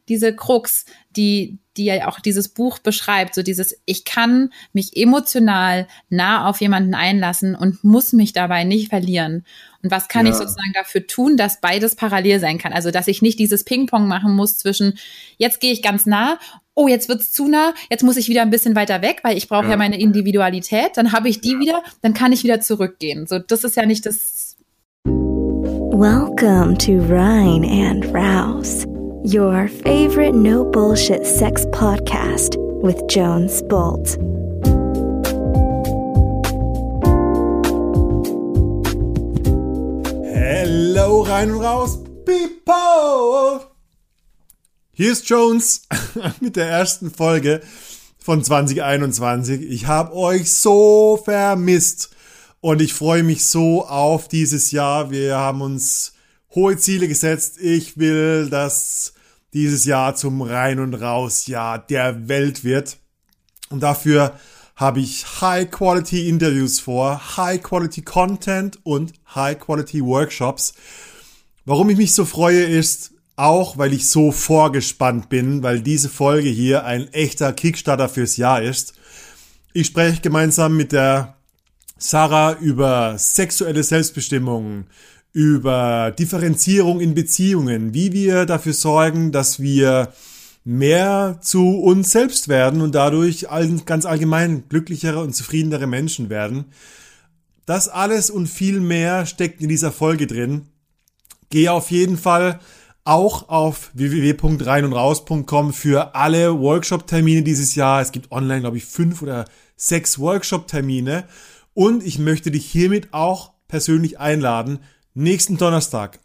diese Krux, die ja auch dieses Buch beschreibt, so dieses, ich kann mich emotional nah auf jemanden einlassen und muss mich dabei nicht verlieren. Und was kann ich sozusagen dafür tun, dass beides parallel sein kann? Also, dass ich nicht dieses Ping-Pong machen muss zwischen, jetzt gehe ich ganz nah, oh, jetzt wird's zu nah, jetzt muss ich wieder ein bisschen weiter weg, weil ich brauche ja meine Individualität, dann habe ich die wieder, dann kann ich wieder zurückgehen. So, das ist ja nicht das. Welcome to Rhine and Rouse, your favorite no bullshit sex podcast with Jones Bolt. Hello, rein und raus, people! Hier ist Jones mit der ersten Folge von 2021. Ich habe euch so vermisst und ich freue mich so auf dieses Jahr. Wir haben uns hohe Ziele gesetzt. Ich will, dass dieses Jahr zum Rein- und Raus-Jahr der Welt wird. Und dafür habe ich High-Quality-Interviews vor, High-Quality-Content und High-Quality-Workshops. Warum ich mich so freue, ist auch, weil ich so vorgespannt bin, weil diese Folge hier ein echter Kickstarter fürs Jahr ist. Ich spreche gemeinsam mit der Sarah über sexuelle Selbstbestimmung, über Differenzierung in Beziehungen, wie wir dafür sorgen, dass wir mehr zu uns selbst werden und dadurch ganz allgemein glücklichere und zufriedenere Menschen werden. Das alles und viel mehr steckt in dieser Folge drin. Gehe auf jeden Fall auch auf www.reinundraus.com für alle Workshop-Termine dieses Jahr. Es gibt online, glaube ich, 5 oder 6 Workshop-Termine. Und ich möchte dich hiermit auch persönlich einladen. Nächsten Donnerstag,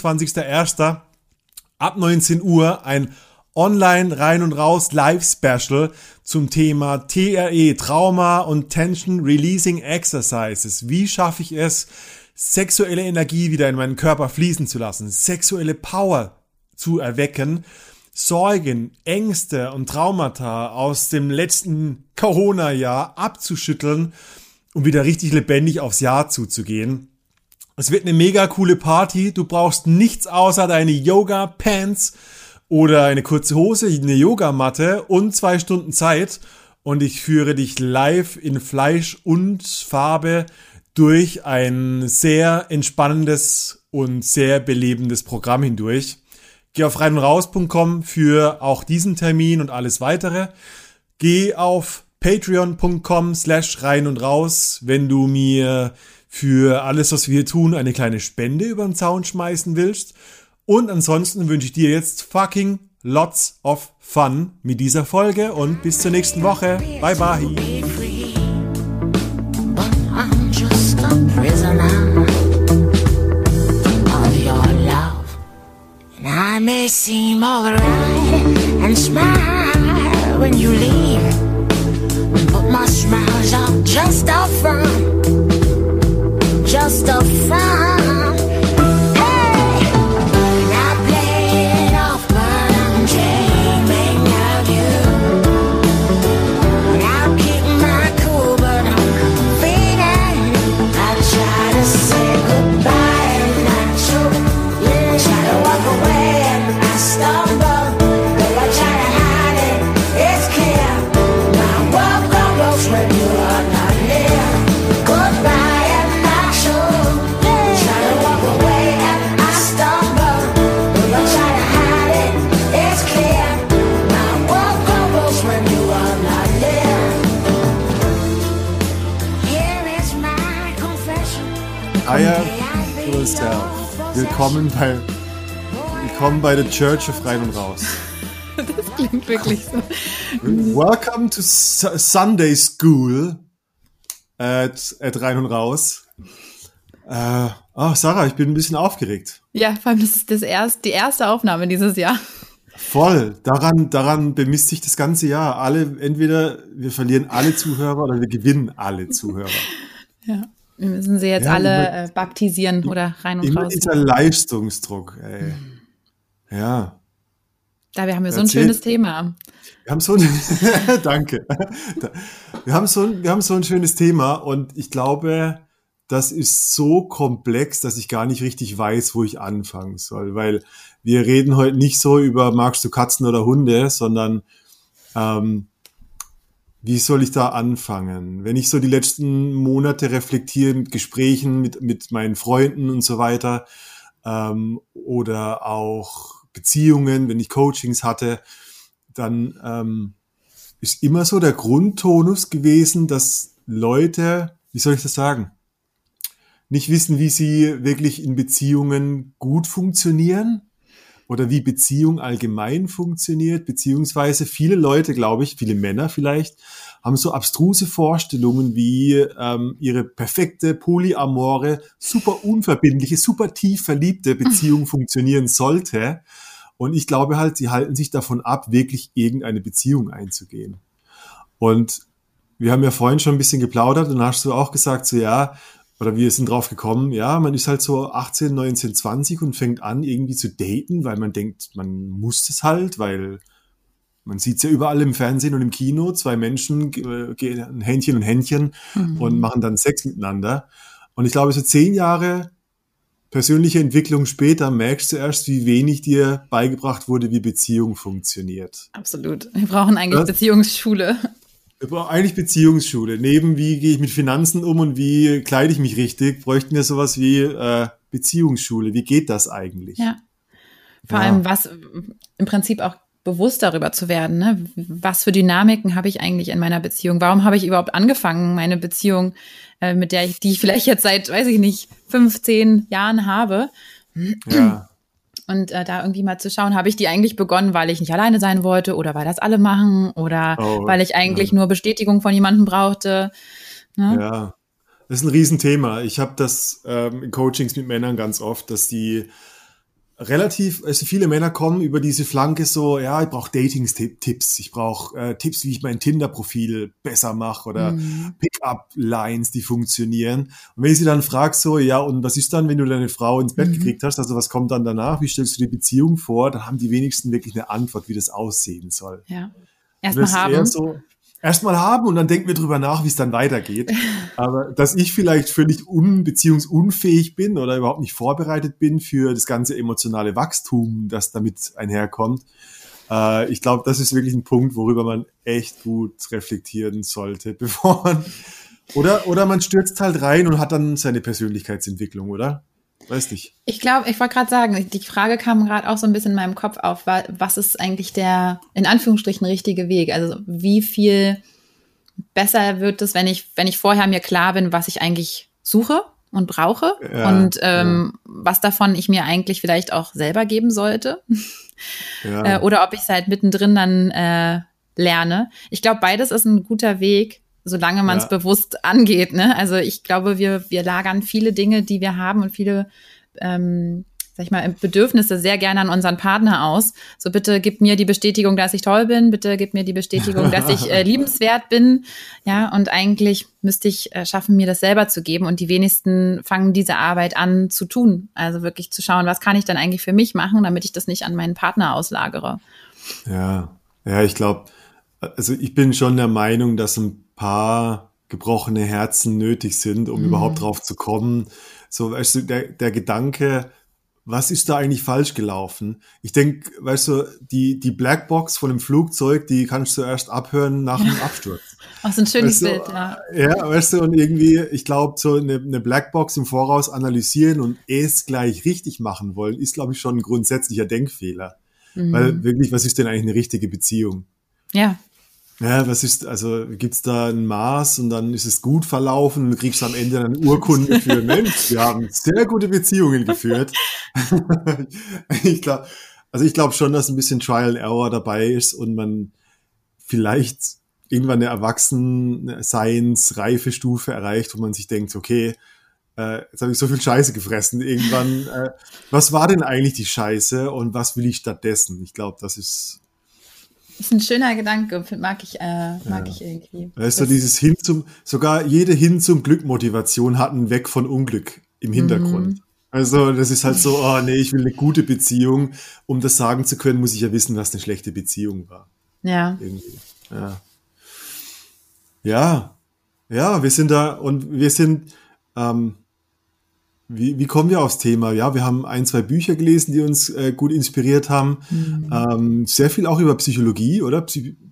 21.01. ab 19 Uhr ein Online Rein und Raus Live-Special zum Thema TRE, Trauma und Tension Releasing Exercises. Wie schaffe ich es, sexuelle Energie wieder in meinen Körper fließen zu lassen, sexuelle Power zu erwecken, Sorgen, Ängste und Traumata aus dem letzten Corona-Jahr abzuschütteln und wieder richtig lebendig aufs Jahr zuzugehen. Es wird eine mega coole Party. Du brauchst nichts außer deine Yoga-Pants oder eine kurze Hose, eine Yogamatte und 2 Stunden Zeit. Und ich führe dich live in Fleisch und Farbe durch ein sehr entspannendes und sehr belebendes Programm hindurch. Geh auf reinundraus.com für auch diesen Termin und alles weitere. Geh auf patreon.com/reinundraus, wenn du mir für alles, was wir hier tun, eine kleine Spende über den Zaun schmeißen willst. Und ansonsten wünsche ich dir jetzt fucking lots of fun mit dieser Folge und bis zur nächsten Woche. Bye bye. Prisoner of your love, and I may seem alright and smile when you leave, but my smile's are just a front, just a front. Hey, and I play it off, but I'm dreaming of you. And I'll keep my cool, but I'm fading. Try to say goodbye and not show. Yeah, try to walk away and I stumble. Though I try to hide it, it's clear. My world crumbles when you are not near. Goodbye and not show. Yeah, try to walk away and I stumble. Though I try to hide it, it's clear. My world crumbles when you are not near. Here is my confession. Hire yourself. Willkommen bei the Church of Rein und Raus. Das klingt wirklich so. Welcome to Sunday School at Rein und Raus. Sarah, ich bin ein bisschen aufgeregt. Ja, vor allem, das ist die erste Aufnahme dieses Jahr. Voll. Daran bemisst sich das ganze Jahr. Entweder wir verlieren alle Zuhörer oder wir gewinnen alle Zuhörer. Ja. Wir müssen sie jetzt alle baptisieren oder rein und immer raus. Dieser Leistungsdruck, ey. Ja. Da haben wir so ein schönes Thema. Wir haben so ein, danke. Wir haben so ein schönes Thema und ich glaube, das ist so komplex, dass ich gar nicht richtig weiß, wo ich anfangen soll, weil wir reden heute nicht so über, magst du Katzen oder Hunde, sondern wie soll ich da anfangen? Wenn ich so die letzten Monate reflektiere mit Gesprächen mit meinen Freunden und so weiter, oder auch Beziehungen, wenn ich Coachings hatte, dann ist immer so der Grundtonus gewesen, dass Leute, wie soll ich das sagen, nicht wissen, wie sie wirklich in Beziehungen gut funktionieren oder wie Beziehung allgemein funktioniert, beziehungsweise viele Leute, glaube ich, viele Männer vielleicht, haben so abstruse Vorstellungen, wie ihre perfekte, polyamore, super unverbindliche, super tief verliebte Beziehung funktionieren sollte. Und ich glaube halt, sie halten sich davon ab, wirklich irgendeine Beziehung einzugehen. Und wir haben ja vorhin schon ein bisschen geplaudert und dann hast du auch gesagt, so ja, oder wir sind drauf gekommen, ja, man ist halt so 18, 19, 20 und fängt an irgendwie zu daten, weil man denkt, man muss es halt, weil man sieht es ja überall im Fernsehen und im Kino, zwei Menschen gehen Händchen und Händchen und machen dann Sex miteinander. Und ich glaube, so 10 Jahre persönliche Entwicklung später merkst du erst, wie wenig dir beigebracht wurde, wie Beziehung funktioniert. Absolut. Wir brauchen eigentlich Was? Beziehungsschule. Wir brauchen eigentlich Beziehungsschule. Neben wie gehe ich mit Finanzen um und wie kleide ich mich richtig, bräuchten wir sowas wie Beziehungsschule. Wie geht das eigentlich? Ja. Vor allem was im Prinzip auch bewusst darüber zu werden, ne? Was für Dynamiken habe ich eigentlich in meiner Beziehung? Warum habe ich überhaupt angefangen, meine Beziehung, die ich vielleicht jetzt seit, weiß ich nicht, 15 Jahren habe? Ja. Und da irgendwie mal zu schauen, habe ich die eigentlich begonnen, weil ich nicht alleine sein wollte oder weil das alle machen oder weil ich eigentlich nur Bestätigung von jemandem brauchte. Ne? Ja, das ist ein Riesenthema. Ich habe das in Coachings mit Männern ganz oft, dass die also viele Männer kommen über diese Flanke so, ja, ich brauche Dating-Tipps, ich brauche Tipps, wie ich mein Tinder-Profil besser mache oder Pick-up-Lines, die funktionieren. Und wenn ich sie dann frage so, ja, und was ist dann, wenn du deine Frau ins Bett gekriegt hast, also was kommt dann danach, wie stellst du die Beziehung vor, dann haben die wenigsten wirklich eine Antwort, wie das aussehen soll. Ja. Erstmal haben und dann denken wir drüber nach, wie es dann weitergeht. Aber dass ich vielleicht völlig beziehungsunfähig bin oder überhaupt nicht vorbereitet bin für das ganze emotionale Wachstum, das damit einherkommt, ich glaube, das ist wirklich ein Punkt, worüber man echt gut reflektieren sollte, bevor man oder man stürzt halt rein und hat dann seine Persönlichkeitsentwicklung, oder? Weiß nicht. Ich glaube, ich wollte gerade sagen, die Frage kam gerade auch so ein bisschen in meinem Kopf auf, was ist eigentlich der, in Anführungsstrichen, richtige Weg? Also wie viel besser wird es, wenn ich vorher mir klar bin, was ich eigentlich suche und brauche und was davon ich mir eigentlich vielleicht auch selber geben sollte. Ja. Oder ob ich es halt mittendrin dann lerne. Ich glaube, beides ist ein guter Weg, solange man es bewusst angeht, ne? Also ich glaube, wir lagern viele Dinge, die wir haben und viele, sag ich mal, Bedürfnisse sehr gerne an unseren Partner aus. So bitte gib mir die Bestätigung, dass ich toll bin, bitte gib mir die Bestätigung, dass ich liebenswert bin. Ja, und eigentlich müsste ich schaffen, mir das selber zu geben. Und die wenigsten fangen diese Arbeit an zu tun. Also wirklich zu schauen, was kann ich dann eigentlich für mich machen, damit ich das nicht an meinen Partner auslagere. Ja, ich glaube, also ich bin schon der Meinung, dass ein paar gebrochene Herzen nötig sind, um überhaupt drauf zu kommen. So, weißt du, der Gedanke, was ist da eigentlich falsch gelaufen? Ich denke, weißt du, die Blackbox von dem Flugzeug, die kannst du erst abhören nach dem Absturz. Auch so ein schönes Weißt du, Bild, ja. Ja, weißt du, und irgendwie, ich glaube, so eine Blackbox im Voraus analysieren und es gleich richtig machen wollen, ist, glaube ich, schon ein grundsätzlicher Denkfehler. Weil wirklich, was ist denn eigentlich eine richtige Beziehung? Ja. Ja, gibt's da ein Maß und dann ist es gut verlaufen und du kriegst am Ende eine Urkunde für Mensch, wir haben sehr gute Beziehungen geführt. Ich glaube schon, dass ein bisschen Trial and Error dabei ist und man vielleicht irgendwann eine Erwachsenen-Seins-Reifestufe erreicht, wo man sich denkt, okay, jetzt habe ich so viel Scheiße gefressen. Irgendwann, was war denn eigentlich die Scheiße und was will ich stattdessen? Ich glaube, das ist ein schöner Gedanke, mag ich irgendwie. Weißt du, dieses sogar jede Hin zum Glück-Motivation hat einen Weg von Unglück im Hintergrund. Also das ist halt so, oh nee, ich will eine gute Beziehung. Um das sagen zu können, muss ich ja wissen, was eine schlechte Beziehung war. Ja. Irgendwie. Ja, wir sind da und wir sind wie kommen wir aufs Thema? Ja, wir haben 1, 2 Bücher gelesen, die uns gut inspiriert haben. Sehr viel auch über Psychologie, oder?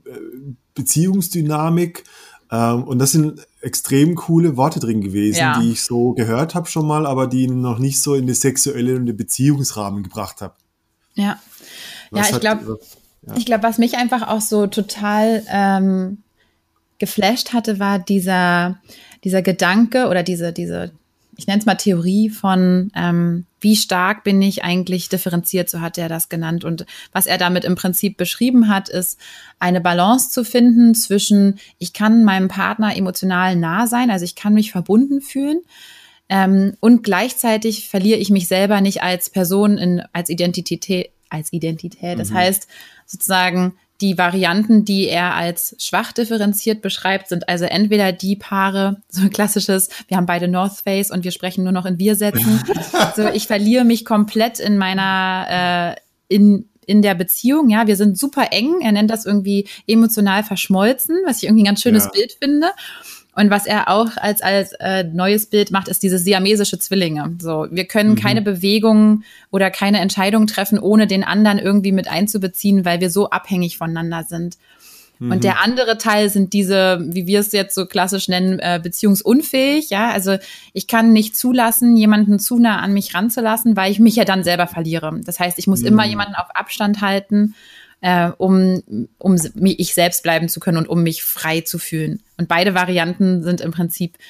Beziehungsdynamik. Und das sind extrem coole Worte drin gewesen, Ja. die ich so gehört habe schon mal, aber die noch nicht so in den sexuellen und den Beziehungsrahmen gebracht habe. Ja. Ja, Was ich hat- glaube, was mich einfach auch so total geflasht hatte, war dieser Gedanke oder diese, ich nenne es mal Theorie von, wie stark bin ich eigentlich differenziert, so hat er das genannt. Und was er damit im Prinzip beschrieben hat, ist eine Balance zu finden zwischen, ich kann meinem Partner emotional nah sein, also ich kann mich verbunden fühlen, und gleichzeitig verliere ich mich selber nicht als Person als Identität. Das heißt, sozusagen die Varianten, die er als schwach differenziert beschreibt, sind also entweder die Paare, so ein klassisches, wir haben beide North Face und wir sprechen nur noch in Wir-Sätzen. So, ich verliere mich komplett in meiner, in der Beziehung, ja, wir sind super eng. Er nennt das irgendwie emotional verschmolzen, was ich irgendwie ein ganz schönes Bild finde. Und was er auch als neues Bild macht, ist diese siamesische Zwillinge. So, wir können keine Bewegungen oder keine Entscheidung treffen, ohne den anderen irgendwie mit einzubeziehen, weil wir so abhängig voneinander sind. Und der andere Teil sind diese, wie wir es jetzt so klassisch nennen, beziehungsunfähig. Ja, also ich kann nicht zulassen, jemanden zu nah an mich ranzulassen, weil ich mich ja dann selber verliere. Das heißt, ich muss immer jemanden auf Abstand halten, um ich selbst bleiben zu können und um mich frei zu fühlen. Und beide Varianten sind im Prinzip,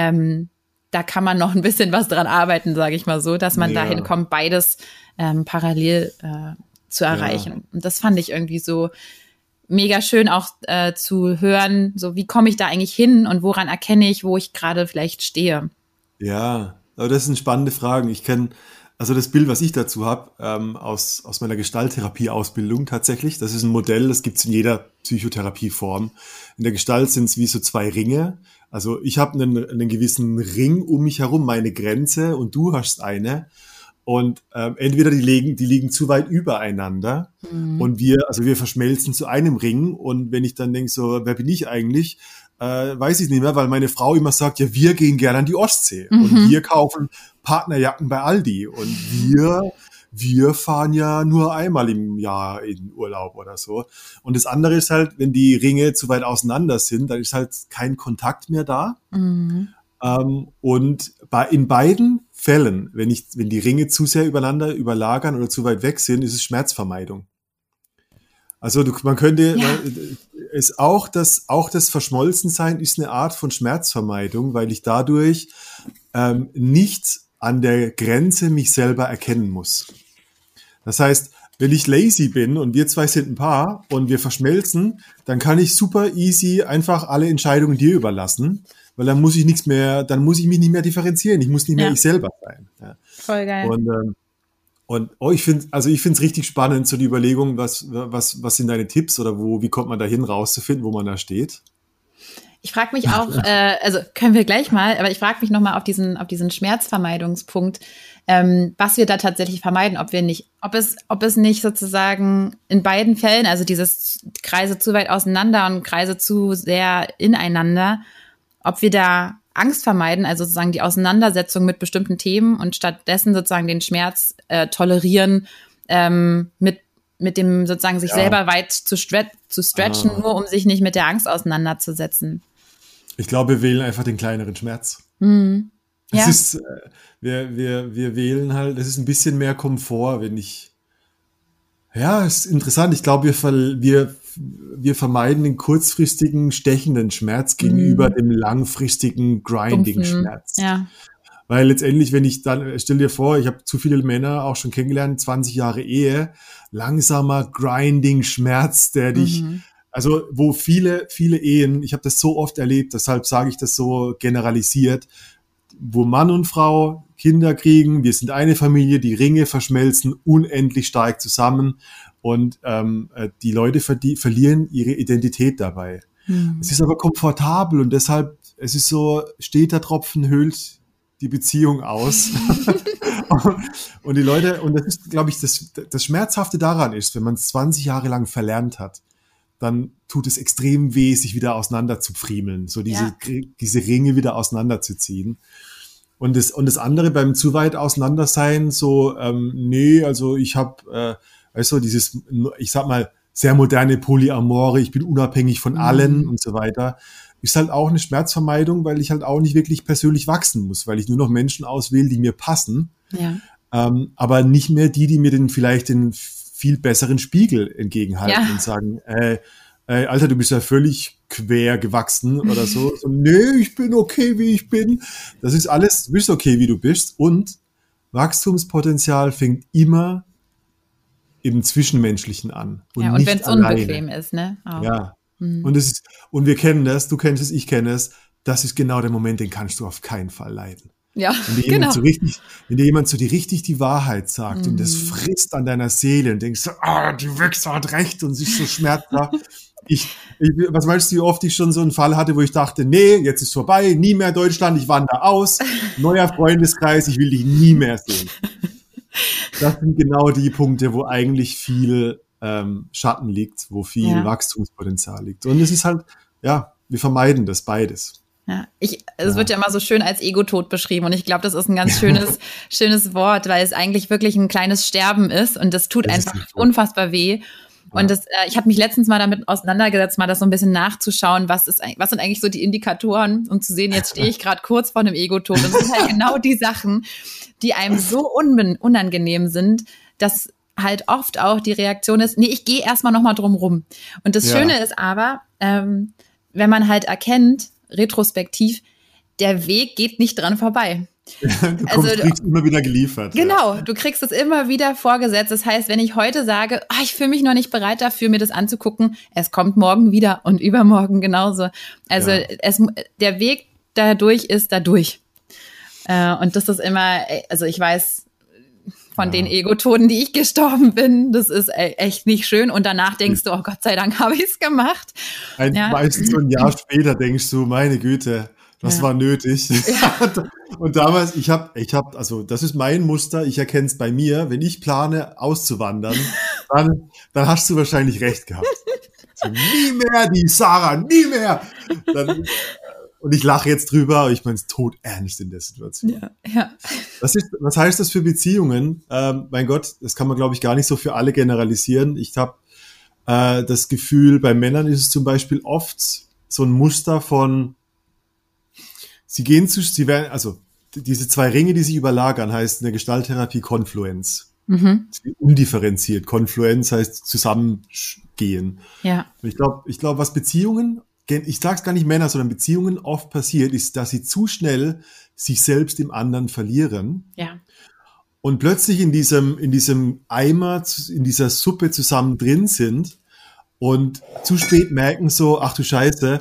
da kann man noch ein bisschen was dran arbeiten, sage ich mal so, dass man dahin kommt, beides parallel zu erreichen. Und das fand ich irgendwie so mega schön auch zu hören, so wie komme ich da eigentlich hin und woran erkenne ich, wo ich gerade vielleicht stehe. Ja, aber das sind spannende Fragen. Ich kenne also das Bild, was ich dazu habe, aus meiner Gestalttherapie-Ausbildung tatsächlich. Das ist ein Modell, das gibt es in jeder Psychotherapieform. In der Gestalt sind es wie so 2 Ringe. Also ich habe einen gewissen Ring um mich herum, meine Grenze, und du hast eine. Und entweder die liegen zu weit übereinander und wir verschmelzen zu einem Ring. Und wenn ich dann denke, so, wer bin ich eigentlich? Weiß ich nicht mehr, weil meine Frau immer sagt, ja, wir gehen gerne an die Ostsee und wir kaufen Partnerjacken bei Aldi und wir fahren ja nur einmal im Jahr in Urlaub oder so. Und das andere ist halt, wenn die Ringe zu weit auseinander sind, dann ist halt kein Kontakt mehr da. Und in beiden Fällen, wenn die Ringe zu sehr übereinander überlagern oder zu weit weg sind, ist es Schmerzvermeidung. Also man könnte auch das Verschmolzensein ist eine Art von Schmerzvermeidung, weil ich dadurch nicht an der Grenze mich selber erkennen muss. Das heißt, wenn ich lazy bin und wir 2 sind ein Paar und wir verschmelzen, dann kann ich super easy einfach alle Entscheidungen dir überlassen, weil dann muss ich mich nicht mehr differenzieren, ich muss nicht mehr ich selber sein. Ja. Voll geil. Und ich finde es richtig spannend, so die Überlegung, was sind deine Tipps oder wie kommt man da hin, rauszufinden, wo man da steht? Ich frage mich auch, also können wir gleich mal, aber ich frage mich nochmal auf diesen Schmerzvermeidungspunkt, was wir da tatsächlich vermeiden, ob es nicht sozusagen in beiden Fällen, also dieses Kreise zu weit auseinander und Kreise zu sehr ineinander, ob wir da Angst vermeiden, also sozusagen die Auseinandersetzung mit bestimmten Themen und stattdessen sozusagen den Schmerz tolerieren, mit dem sozusagen sich selber weit zu stretchen, nur um sich nicht mit der Angst auseinanderzusetzen. Ich glaube, wir wählen einfach den kleineren Schmerz. Es ist, wir wählen halt, das ist ein bisschen mehr Komfort, es ist interessant. Ich glaube, wir vermeiden den kurzfristigen, stechenden Schmerz gegenüber dem langfristigen, grinding Schmerz. Ja. Weil letztendlich, stell dir vor, ich habe zu viele Männer auch schon kennengelernt, 20 Jahre Ehe, langsamer, grinding Schmerz, der dich, also wo viele Ehen, ich habe das so oft erlebt, deshalb sage ich das so generalisiert, wo Mann und Frau Kinder kriegen, wir sind eine Familie, die Ringe verschmelzen unendlich stark zusammen und die Leute verlieren ihre Identität dabei. Es ist aber komfortabel und deshalb, es ist so, steter Tropfen höhlt die Beziehung aus. Und die Leute, und das ist, glaube ich, das Schmerzhafte daran ist, wenn man es 20 Jahre lang verlernt hat, dann tut es extrem weh, sich wieder auseinander zu friemeln, so diese Ringe wieder auseinanderzuziehen. Und das andere beim zu weit auseinander sein, so, nee, also ich habe, weißt du, dieses, ich sag mal, sehr moderne Polyamore, ich bin unabhängig von allen und so weiter, ist halt auch eine Schmerzvermeidung, weil ich halt auch nicht wirklich persönlich wachsen muss, weil ich nur noch Menschen auswähle, die mir passen, aber nicht mehr die mir vielleicht den viel besseren Spiegel entgegenhalten und sagen, Alter, du bist ja völlig quer gewachsen oder so. Nee, ich bin okay, wie ich bin. Das ist alles, du bist okay, wie du bist. Und Wachstumspotenzial fängt immer im Zwischenmenschlichen an. Und wenn es unbequem ist, ne? Auch. Ja. Und wir kennen das, du kennst es, ich kenne es. Das ist genau der Moment, den kannst du auf keinen Fall leiden. Ja, wenn dir jemand so richtig die Wahrheit sagt und das frisst an deiner Seele und denkst, die Wichser hat recht und es ist so schmerzhaft. Was meinst du, wie oft ich schon so einen Fall hatte, wo ich dachte, nee, jetzt ist vorbei, nie mehr Deutschland, ich wandere aus, neuer Freundeskreis, ich will dich nie mehr sehen. Das sind genau die Punkte, wo eigentlich viel Schatten liegt, wo viel Wachstumspotenzial liegt. Und es ist halt, wir vermeiden das beides. Ja, es wird ja immer so schön als Ego-Tod beschrieben und ich glaube, das ist ein ganz schönes Wort, weil es eigentlich wirklich ein kleines Sterben ist und das tut einfach unfassbar weh. Und ich habe mich letztens mal damit auseinandergesetzt, mal das so ein bisschen nachzuschauen, was sind eigentlich so die Indikatoren, um zu sehen, jetzt stehe ich gerade kurz vor einem Ego-Tod. Und das sind halt genau die Sachen, die einem so unangenehm sind, dass halt oft auch die Reaktion ist, nee, ich gehe erstmal nochmal drum rum. Und das Schöne ist aber, wenn man halt erkennt, retrospektiv, der Weg geht nicht dran vorbei. Du kriegst immer wieder geliefert. Genau, du kriegst es immer wieder vorgesetzt. Das heißt, wenn ich heute sage, ich fühle mich noch nicht bereit dafür, mir das anzugucken, es kommt morgen wieder und übermorgen genauso. Also der Weg dadurch ist dadurch. Und das ist immer, also ich weiß von den Ego-Toten, die ich gestorben bin, das ist echt nicht schön. Und danach denkst du, oh Gott sei Dank habe ich es gemacht. Meistens so ein Jahr später denkst du, meine Güte, das war nötig. Ja. Und damals, ich hab, also das ist mein Muster, ich erkenne es bei mir, wenn ich plane auszuwandern, dann hast du wahrscheinlich recht gehabt. So, nie mehr die Sarah, nie mehr. Und ich lache jetzt drüber, aber ich meine es todernst in der Situation. Ja. Was heißt das für Beziehungen? Mein Gott, das kann man, glaube ich, gar nicht so für alle generalisieren. Ich habe das Gefühl, bei Männern ist es zum Beispiel oft so ein Muster von, also diese zwei Ringe, die sich überlagern, heißt in der Gestalttherapie Konfluenz. Undifferenziert. Konfluenz heißt zusammengehen. Ja. Und ich glaube, was Beziehungen, ich sag's gar nicht Männer, sondern Beziehungen oft passiert, ist, dass sie zu schnell sich selbst im anderen verlieren. Ja. Und plötzlich in diesem Eimer, in dieser Suppe zusammen drin sind und zu spät merken so, ach du Scheiße,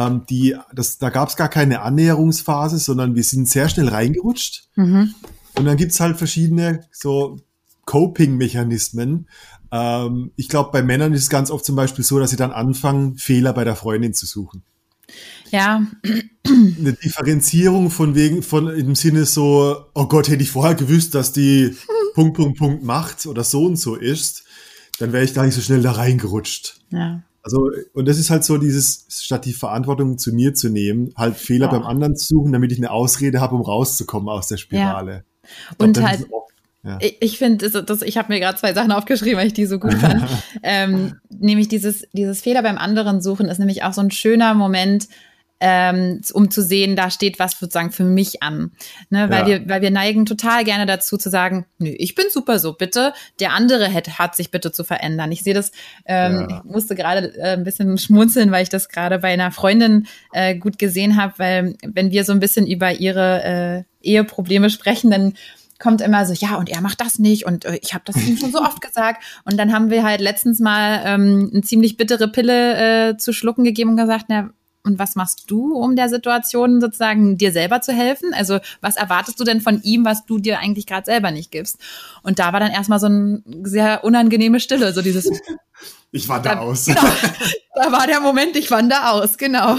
da gab's gar keine Annäherungsphase, sondern wir sind sehr schnell reingerutscht. Und dann gibt's halt verschiedene so Coping-Mechanismen. Ich glaube, bei Männern ist es ganz oft zum Beispiel so, dass sie dann anfangen, Fehler bei der Freundin zu suchen. Ja. Eine Differenzierung im Sinne so, oh Gott, hätte ich vorher gewusst, dass die Punkt macht oder so und so ist, dann wäre ich gar nicht so schnell da reingerutscht. Ja. Also, und das ist halt so dieses, statt die Verantwortung zu mir zu nehmen, halt Fehler beim anderen zu suchen, damit ich eine Ausrede habe, um rauszukommen aus der Spirale. Ja. Und halt, ich finde, ich habe mir gerade 2 Sachen aufgeschrieben, weil ich die so gut fand. Nämlich dieses Fehler beim anderen suchen ist nämlich auch so ein schöner Moment, um zu sehen, da steht was sozusagen für mich an. Ne? Weil wir neigen total gerne dazu zu sagen, nö, ich bin super so, bitte, der andere hat sich bitte zu verändern. Ich sehe das, ich musste gerade ein bisschen schmunzeln, weil ich das gerade bei einer Freundin gut gesehen habe, weil wenn wir so ein bisschen über ihre Eheprobleme sprechen, dann kommt immer so, ja, und er macht das nicht und ich habe das ihm schon so oft gesagt. Und dann haben wir halt letztens mal eine ziemlich bittere Pille zu schlucken gegeben und gesagt, na, und was machst du, um der Situation sozusagen dir selber zu helfen? Also was erwartest du denn von ihm, was du dir eigentlich gerade selber nicht gibst? Und da war dann erstmal so eine sehr unangenehme Stille, so dieses ich wandere aus. Genau, da war der Moment, ich wandere aus, genau.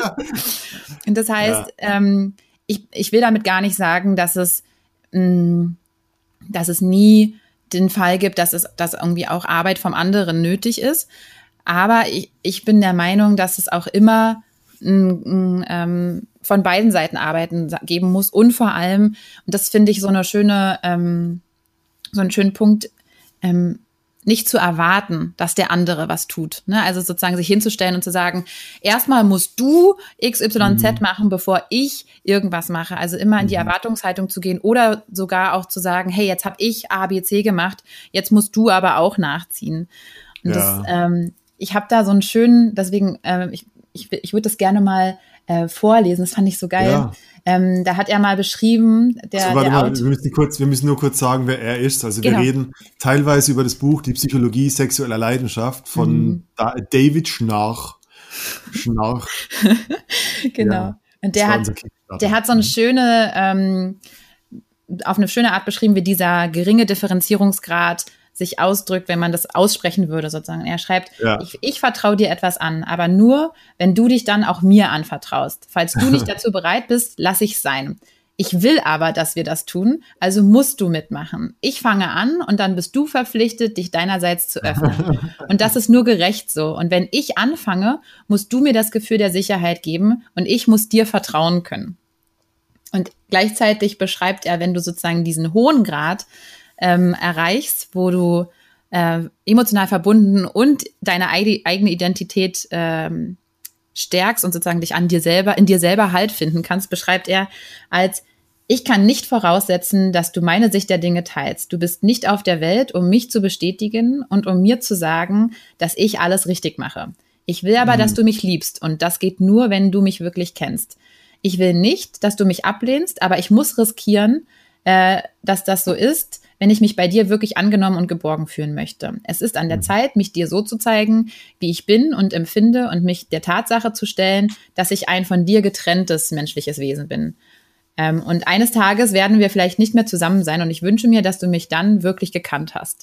Und das heißt, ich will damit gar nicht sagen, dass es nie den Fall gibt, dass irgendwie auch Arbeit vom anderen nötig ist. Aber ich bin der Meinung, dass es auch immer von beiden Seiten Arbeiten geben muss und vor allem, und das finde ich so einen schönen Punkt, nicht zu erwarten, dass der andere was tut. Ne? Also sozusagen sich hinzustellen und zu sagen, erstmal musst du XYZ machen, bevor ich irgendwas mache. Also immer in die Erwartungshaltung zu gehen oder sogar auch zu sagen, hey, jetzt habe ich A, B, C gemacht, jetzt musst du aber auch nachziehen. Und ich habe da so einen schönen, deswegen, ich würde das gerne mal vorlesen, das fand ich so geil. Ja. Da hat er mal beschrieben, wir müssen nur kurz sagen, wer er ist. Also wir reden teilweise über das Buch Die Psychologie sexueller Leidenschaft von David Schnarch. Genau. Ja, und der hat so eine schöne, auf eine schöne Art beschrieben, wie dieser geringe Differenzierungsgrad sich ausdrückt, wenn man das aussprechen würde, sozusagen. Er schreibt, ich vertraue dir etwas an, aber nur, wenn du dich dann auch mir anvertraust. Falls du nicht dazu bereit bist, lass ich sein. Ich will aber, dass wir das tun, also musst du mitmachen. Ich fange an und dann bist du verpflichtet, dich deinerseits zu öffnen. Und das ist nur gerecht so. Und wenn ich anfange, musst du mir das Gefühl der Sicherheit geben und ich muss dir vertrauen können. Und gleichzeitig beschreibt er, wenn du sozusagen diesen hohen Grad erreichst, wo du emotional verbunden und deine eigene Identität stärkst und sozusagen dich in dir selber Halt finden kannst, beschreibt er als: Ich kann nicht voraussetzen, dass du meine Sicht der Dinge teilst. Du bist nicht auf der Welt, um mich zu bestätigen und um mir zu sagen, dass ich alles richtig mache. Ich will aber, dass du mich liebst und das geht nur, wenn du mich wirklich kennst. Ich will nicht, dass du mich ablehnst, aber ich muss riskieren, dass das so ist, wenn ich mich bei dir wirklich angenommen und geborgen fühlen möchte. Es ist an der Zeit, mich dir so zu zeigen, wie ich bin und empfinde und mich der Tatsache zu stellen, dass ich ein von dir getrenntes menschliches Wesen bin. Und eines Tages werden wir vielleicht nicht mehr zusammen sein und ich wünsche mir, dass du mich dann wirklich gekannt hast.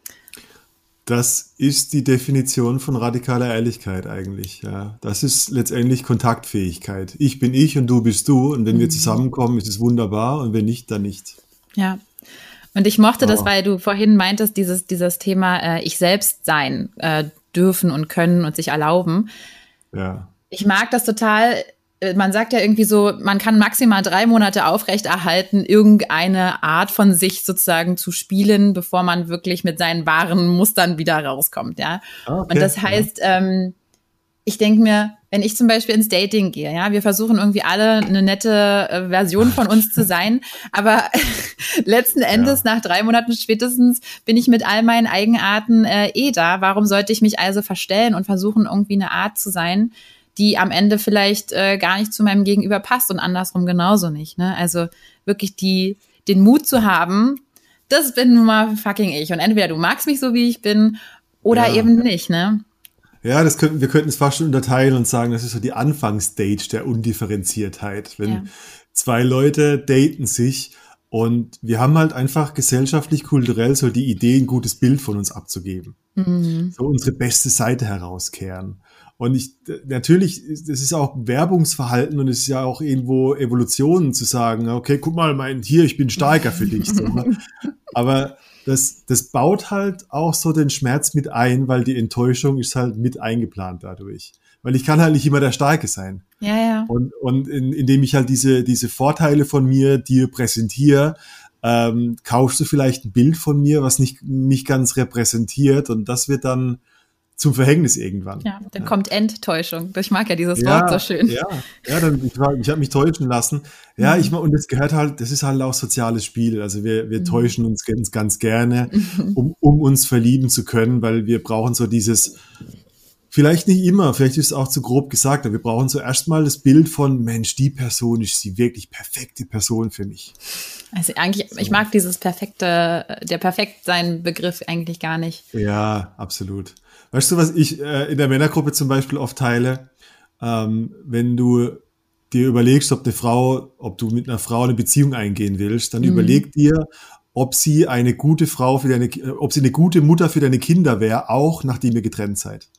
Das ist die Definition von radikaler Ehrlichkeit eigentlich. Ja. Das ist letztendlich Kontaktfähigkeit. Ich bin ich und du bist du. Und wenn wir zusammenkommen, ist es wunderbar. Und wenn nicht, dann nicht. Ja. Und ich mochte das, weil du vorhin meintest, dieses Thema ich selbst sein dürfen und können und sich erlauben. Ja. Ich mag das total. Man sagt ja irgendwie so, man kann maximal 3 Monate aufrechterhalten, irgendeine Art von sich sozusagen zu spielen, bevor man wirklich mit seinen wahren Mustern wieder rauskommt, ja. Okay, und das heißt, ich denke mir, wenn ich zum Beispiel ins Dating gehe, ja, wir versuchen irgendwie alle eine nette Version von uns zu sein, aber letzten Endes nach 3 Monaten spätestens bin ich mit all meinen Eigenarten da. Warum sollte ich mich also verstellen und versuchen, irgendwie eine Art zu sein, die am Ende vielleicht gar nicht zu meinem Gegenüber passt und andersrum genauso nicht, ne? Also wirklich den Mut zu haben, das bin nun mal fucking ich. Und entweder du magst mich so, wie ich bin, oder eben nicht, ne? Ja, wir könnten es fast schon unterteilen und sagen, das ist so die Anfangsstage der Undifferenziertheit. Wenn 2 Leute daten sich und wir haben halt einfach gesellschaftlich, kulturell so die Idee, ein gutes Bild von uns abzugeben. So unsere beste Seite herauskehren. Und natürlich, das ist auch Werbungsverhalten und es ist ja auch irgendwo Evolution zu sagen, okay, guck mal, ich bin stärker für dich. So, ne? Aber das baut halt auch so den Schmerz mit ein, weil die Enttäuschung ist halt mit eingeplant dadurch. Weil ich kann halt nicht immer der Starke sein. Ja. Und indem ich halt diese Vorteile von mir dir präsentiere, kaufst du vielleicht ein Bild von mir, was nicht ganz repräsentiert und das wird dann zum Verhängnis irgendwann. Ja, dann kommt Enttäuschung. Ich mag ja dieses Wort so schön. Ja, ich habe mich täuschen lassen. Ja, und das gehört halt, das ist halt auch soziales Spiel. Also wir täuschen uns ganz gerne, um uns verlieben zu können, weil wir brauchen so dieses, vielleicht nicht immer, vielleicht ist es auch zu grob gesagt, aber wir brauchen so erstmal das Bild von, Mensch, die Person ist die wirklich perfekte Person für mich. Also eigentlich, ich mag der Perfektsein-Begriff eigentlich gar nicht. Ja, absolut. Weißt du, was ich in der Männergruppe zum Beispiel oft teile? Wenn du dir überlegst, ob du mit einer Frau eine Beziehung eingehen willst, dann überleg dir, ob sie eine gute Mutter für deine Kinder wäre, auch nachdem ihr getrennt seid.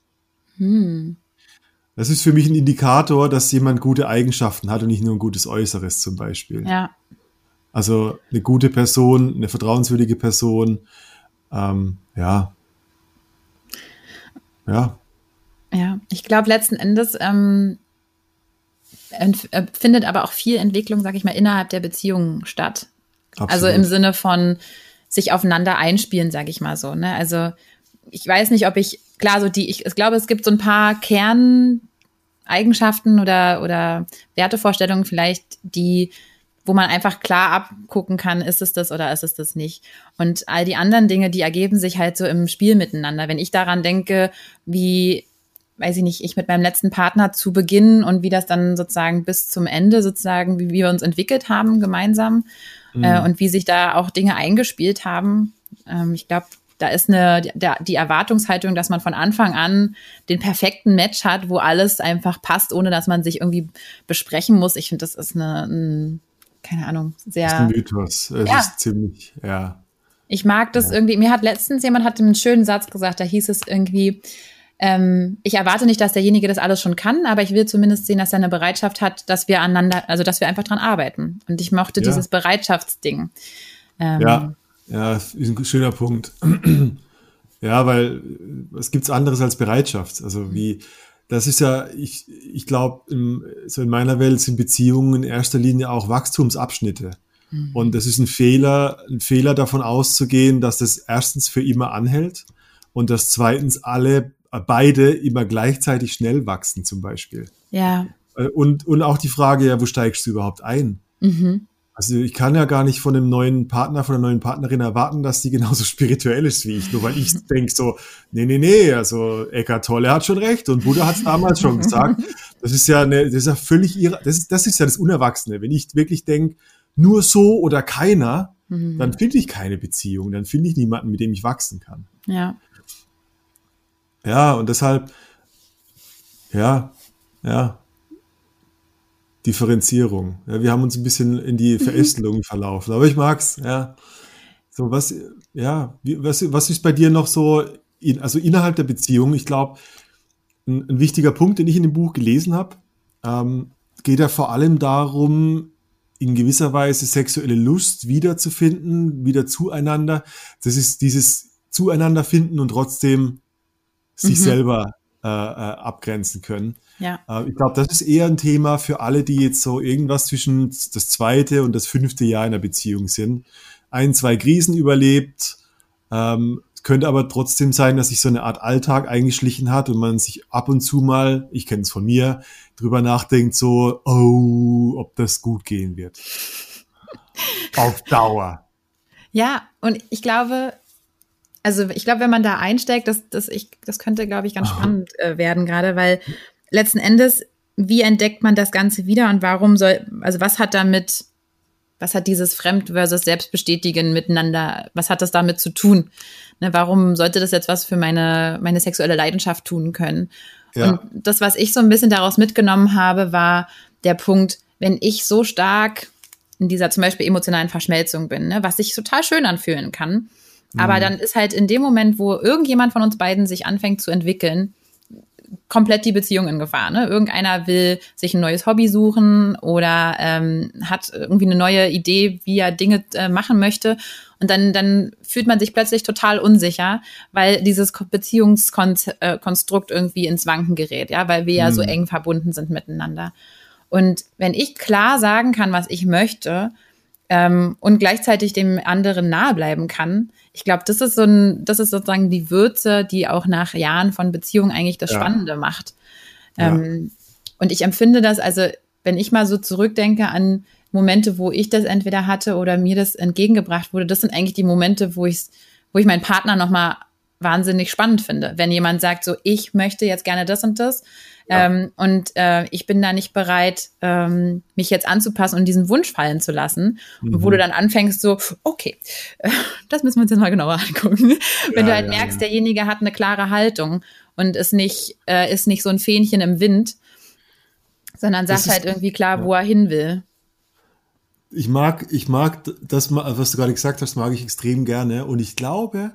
Das ist für mich ein Indikator, dass jemand gute Eigenschaften hat und nicht nur ein gutes Äußeres zum Beispiel. Ja. Also eine gute Person, eine vertrauenswürdige Person, Ja, ich glaube letzten Endes findet aber auch viel Entwicklung, sag ich mal, innerhalb der Beziehung statt. Absolut. Also im Sinne von sich aufeinander einspielen, sag ich mal so. Ne? Also ich weiß nicht, ob ich glaube, es gibt so ein paar Kerneigenschaften oder Wertevorstellungen vielleicht, wo man einfach klar abgucken kann, ist es das oder ist es das nicht. Und all die anderen Dinge, die ergeben sich halt so im Spiel miteinander. Wenn ich daran denke, wie, weiß ich nicht, ich mit meinem letzten Partner zu Beginn und wie das dann sozusagen bis zum Ende sozusagen, wie wir uns entwickelt haben gemeinsam und wie sich da auch Dinge eingespielt haben. Ich glaube, da ist die Erwartungshaltung, dass man von Anfang an den perfekten Match hat, wo alles einfach passt, ohne dass man sich irgendwie besprechen muss. Ich finde, das ist keine Ahnung, sehr. Das ist ein Mythos. Es ist ziemlich, ja. Ich mag das irgendwie. Mir hat letztens jemand einen schönen Satz gesagt, da hieß es irgendwie, ich erwarte nicht, dass derjenige das alles schon kann, aber ich will zumindest sehen, dass er eine Bereitschaft hat, dass wir dass wir einfach dran arbeiten. Und ich mochte dieses Bereitschaftsding. Ja, ist ein schöner Punkt. Ja, weil was gibt's anderes als Bereitschaft? Also das ist ja, ich glaube, so in meiner Welt sind Beziehungen in erster Linie auch Wachstumsabschnitte. Und das ist ein Fehler davon auszugehen, dass das erstens für immer anhält und dass zweitens beide immer gleichzeitig schnell wachsen zum Beispiel. Ja. Und auch die Frage, ja, wo steigst du überhaupt ein? Also ich kann ja gar nicht von einem neuen Partner, von einer neuen Partnerin erwarten, dass die genauso spirituell ist wie ich. Nur weil ich denke so, nee, also Eckhart Tolle hat schon recht und Buddha hat es damals schon gesagt. Das ist ja völlig das ist ja das Unerwachsene. Wenn ich wirklich denke, nur so oder keiner, dann finde ich keine Beziehung, dann finde ich niemanden, mit dem ich wachsen kann. Ja. Ja, und deshalb, ja, Differenzierung. Ja, wir haben uns ein bisschen in die Verästelung verlaufen, aber ich mag's, ja. So, was ist bei dir noch so, also innerhalb der Beziehung? Ich glaube, ein wichtiger Punkt, den ich in dem Buch gelesen habe, geht ja vor allem darum, in gewisser Weise sexuelle Lust wiederzufinden, wieder zueinander. Das ist dieses Zueinander finden und trotzdem sich selber abgrenzen können. Ja. Ich glaube, das ist eher ein Thema für alle, die jetzt so irgendwas zwischen das 2. und das 5. Jahr in einer Beziehung sind. 1, 2 Krisen überlebt. Es könnte aber trotzdem sein, dass sich so eine Art Alltag eingeschlichen hat und man sich ab und zu mal, ich kenne es von mir, drüber nachdenkt so, ob das gut gehen wird. Auf Dauer. Ja, und ich glaube, wenn man da einsteigt, das könnte, glaube ich, ganz spannend werden gerade, weil letzten Endes, wie entdeckt man das Ganze wieder und was hat dieses Fremd- versus Selbstbestätigen miteinander, was hat das damit zu tun? Ne, warum sollte das jetzt was für meine sexuelle Leidenschaft tun können? Ja. Und das, was ich so ein bisschen daraus mitgenommen habe, war der Punkt, wenn ich so stark in dieser zum Beispiel emotionalen Verschmelzung bin, ne, was sich total schön anfühlen kann, aber dann ist halt in dem Moment, wo irgendjemand von uns beiden sich anfängt zu entwickeln, komplett die Beziehung in Gefahr. Ne? Irgendeiner will sich ein neues Hobby suchen oder hat irgendwie eine neue Idee, wie er Dinge machen möchte. Und dann fühlt man sich plötzlich total unsicher, weil dieses Beziehungskonstrukt irgendwie ins Wanken gerät, ja, weil wir ja so eng verbunden sind miteinander. Und wenn ich klar sagen kann, was ich möchte, und gleichzeitig dem anderen nahe bleiben kann. Ich glaube, das ist sozusagen die Würze, die auch nach Jahren von Beziehung eigentlich das Spannende macht. Und ich empfinde das, also wenn ich mal so zurückdenke an Momente, wo ich das entweder hatte oder mir das entgegengebracht wurde, das sind eigentlich die Momente, wo ich meinen Partner nochmal wahnsinnig spannend finde. Wenn jemand sagt so, ich möchte jetzt gerne das und das, und ich bin da nicht bereit, mich jetzt anzupassen und diesen Wunsch fallen zu lassen. Und wo du dann anfängst so, okay, das müssen wir uns jetzt mal genauer angucken. Wenn du halt merkst, derjenige hat eine klare Haltung und ist nicht so ein Fähnchen im Wind, sondern sagt halt irgendwie klar, wo er hin will. Ich mag das, was du gerade gesagt hast, mag ich extrem gerne. Und ich glaube,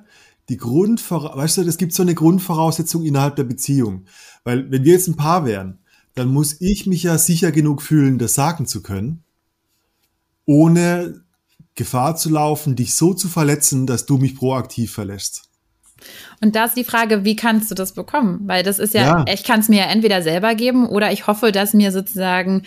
es gibt so eine Grundvoraussetzung innerhalb der Beziehung. Weil wenn wir jetzt ein Paar wären, dann muss ich mich ja sicher genug fühlen, das sagen zu können, ohne Gefahr zu laufen, dich so zu verletzen, dass du mich proaktiv verlässt. Und da ist die Frage, wie kannst du das bekommen? Weil das ist ja, ich kann es mir ja entweder selber geben oder ich hoffe, dass mir sozusagen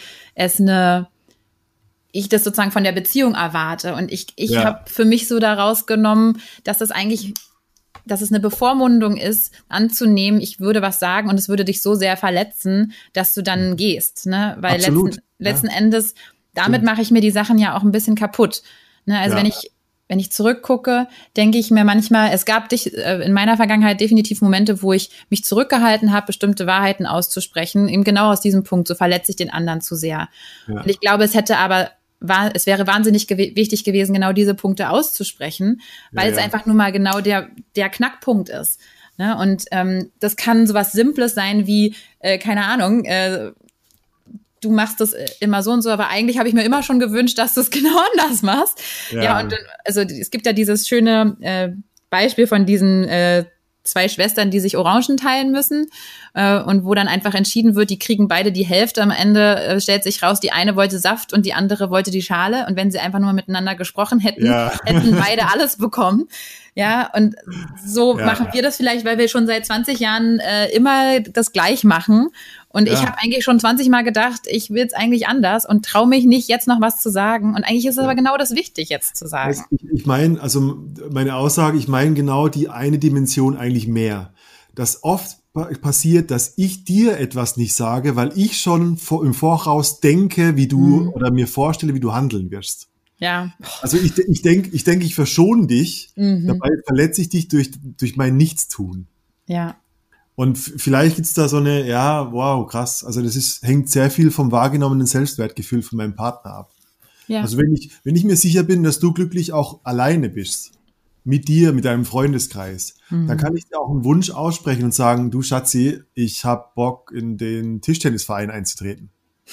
ich das sozusagen von der Beziehung erwarte. Und ich habe für mich so daraus genommen, dass es eine Bevormundung ist, anzunehmen, ich würde was sagen und es würde dich so sehr verletzen, dass du dann gehst. Ne? Weil letzten Endes, damit mache ich mir die Sachen ja auch ein bisschen kaputt. Ne? Also wenn ich zurückgucke, denke ich mir manchmal, es gab in meiner Vergangenheit definitiv Momente, wo ich mich zurückgehalten habe, bestimmte Wahrheiten auszusprechen, eben genau aus diesem Punkt, so verletze ich den anderen zu sehr. Ja. Und ich glaube, es wäre wahnsinnig wichtig gewesen, genau diese Punkte auszusprechen, weil es einfach nur mal genau der Knackpunkt ist. Ne? Und das kann sowas Simples sein wie, keine Ahnung, du machst das immer so und so, aber eigentlich habe ich mir immer schon gewünscht, dass du es genau anders machst. Ja, und also es gibt ja dieses schöne Beispiel von diesen 2 Schwestern, die sich Orangen teilen müssen und wo dann einfach entschieden wird, die kriegen beide die Hälfte. Am Ende stellt sich raus, die eine wollte Saft und die andere wollte die Schale. Und wenn sie einfach nur miteinander gesprochen hätten, hätten beide alles bekommen. Ja, und so machen wir das vielleicht, weil wir schon seit 20 Jahren immer das gleich machen. Und ich habe eigentlich schon 20 Mal gedacht, ich will es eigentlich anders und traue mich nicht, jetzt noch was zu sagen. Und eigentlich ist es aber genau das wichtig, jetzt zu sagen. Ich meine, also meine Aussage, ich meine genau die eine Dimension eigentlich mehr. Dass oft passiert, dass ich dir etwas nicht sage, weil ich schon im Voraus denke, wie du oder mir vorstelle, wie du handeln wirst. Ja. Also ich denke, ich verschone dich, dabei verletze ich dich durch mein Nichtstun. Ja. Und vielleicht gibt's da so eine, wow, krass. Also hängt sehr viel vom wahrgenommenen Selbstwertgefühl von meinem Partner ab. Ja. Also wenn ich mir sicher bin, dass du glücklich auch alleine bist, mit dir, mit deinem Freundeskreis, dann kann ich dir auch einen Wunsch aussprechen und sagen, du Schatzi, ich hab Bock, in den Tischtennisverein einzutreten.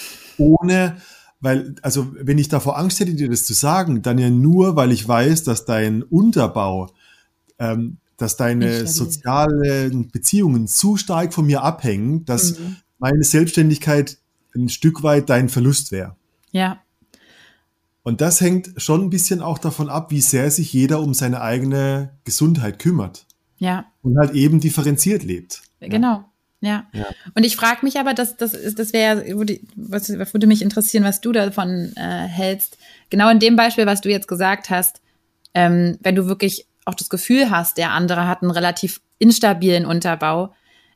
Wenn ich davor Angst hätte, dir das zu sagen, dann ja nur, weil ich weiß, dass dein Unterbau, dass deine sozialen Beziehungen zu stark von mir abhängen, dass meine Selbstständigkeit ein Stück weit dein Verlust wäre. Ja. Und das hängt schon ein bisschen auch davon ab, wie sehr sich jeder um seine eigene Gesundheit kümmert. Ja. Und halt eben differenziert lebt. Genau. Ja. Und ich frage mich aber, das wäre, würde mich interessieren, was du davon hältst. Genau in dem Beispiel, was du jetzt gesagt hast, wenn du wirklich auch das Gefühl hast, der andere hat einen relativ instabilen Unterbau,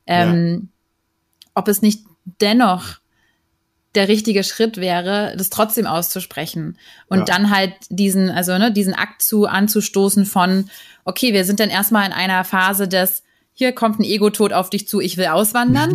ob es nicht dennoch der richtige Schritt wäre, das trotzdem auszusprechen und dann halt diesen Akt anzustoßen von, okay, wir sind dann erstmal in einer Phase des, hier kommt ein Ego-Tod auf dich zu, ich will auswandern.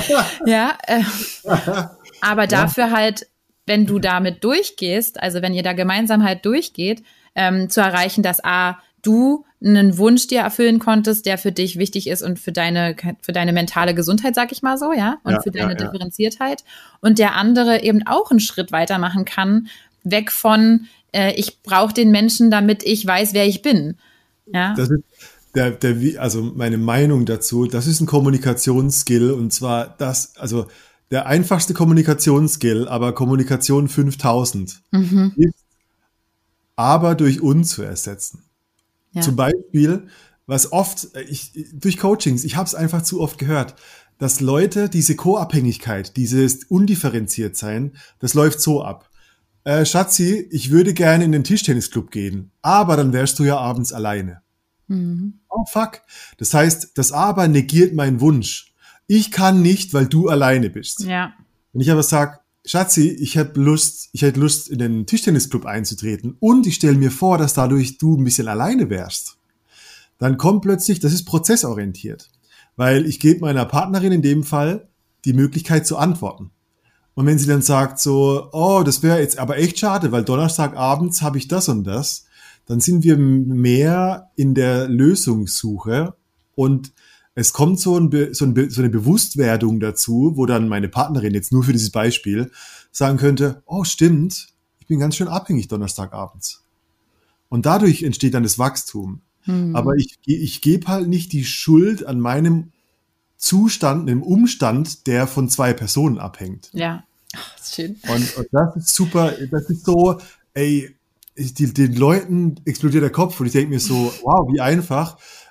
Aber dafür halt, wenn du damit durchgehst, also wenn ihr da gemeinsam halt durchgeht, zu erreichen, dass du einen Wunsch dir erfüllen konntest, der für dich wichtig ist und für deine mentale Gesundheit, sag ich mal so, und für deine Differenziertheit. Und der andere eben auch einen Schritt weitermachen kann, weg von, ich brauche den Menschen, damit ich weiß, wer ich bin. Ja. Das ist also meine Meinung dazu, das ist ein Kommunikationsskill und zwar der einfachste Kommunikationsskill, aber Kommunikation 5000 ist aber durch uns zu ersetzen. Ja. Zum Beispiel, was oft, durch Coachings, ich habe es einfach zu oft gehört, dass Leute diese Co-Abhängigkeit, dieses Undifferenziertsein, das läuft so ab. Schatzi, ich würde gerne in den Tischtennisclub gehen, aber dann wärst du ja abends alleine. Oh fuck. Das heißt, das aber negiert meinen Wunsch. Ich kann nicht, weil du alleine bist. Ja. Wenn ich aber sage, Schatzi, ich hätte Lust, in den Tischtennisclub einzutreten und ich stelle mir vor, dass dadurch du ein bisschen alleine wärst, dann kommt plötzlich, das ist prozessorientiert, weil ich gebe meiner Partnerin in dem Fall die Möglichkeit zu antworten. Und wenn sie dann sagt so, oh, das wäre jetzt aber echt schade, weil Donnerstagabends habe ich das und das, dann sind wir mehr in der Lösungssuche und es kommt so eine Bewusstwerdung dazu, wo dann meine Partnerin jetzt nur für dieses Beispiel sagen könnte, oh stimmt, ich bin ganz schön abhängig Donnerstagabends. Und dadurch entsteht dann das Wachstum. Aber ich gebe halt nicht die Schuld an meinem Zustand, einem Umstand, der von 2 Personen abhängt. Ja, das ist schön. Und das ist super, das ist so, den Leuten explodiert der Kopf und ich denke mir so, wow, wie einfach.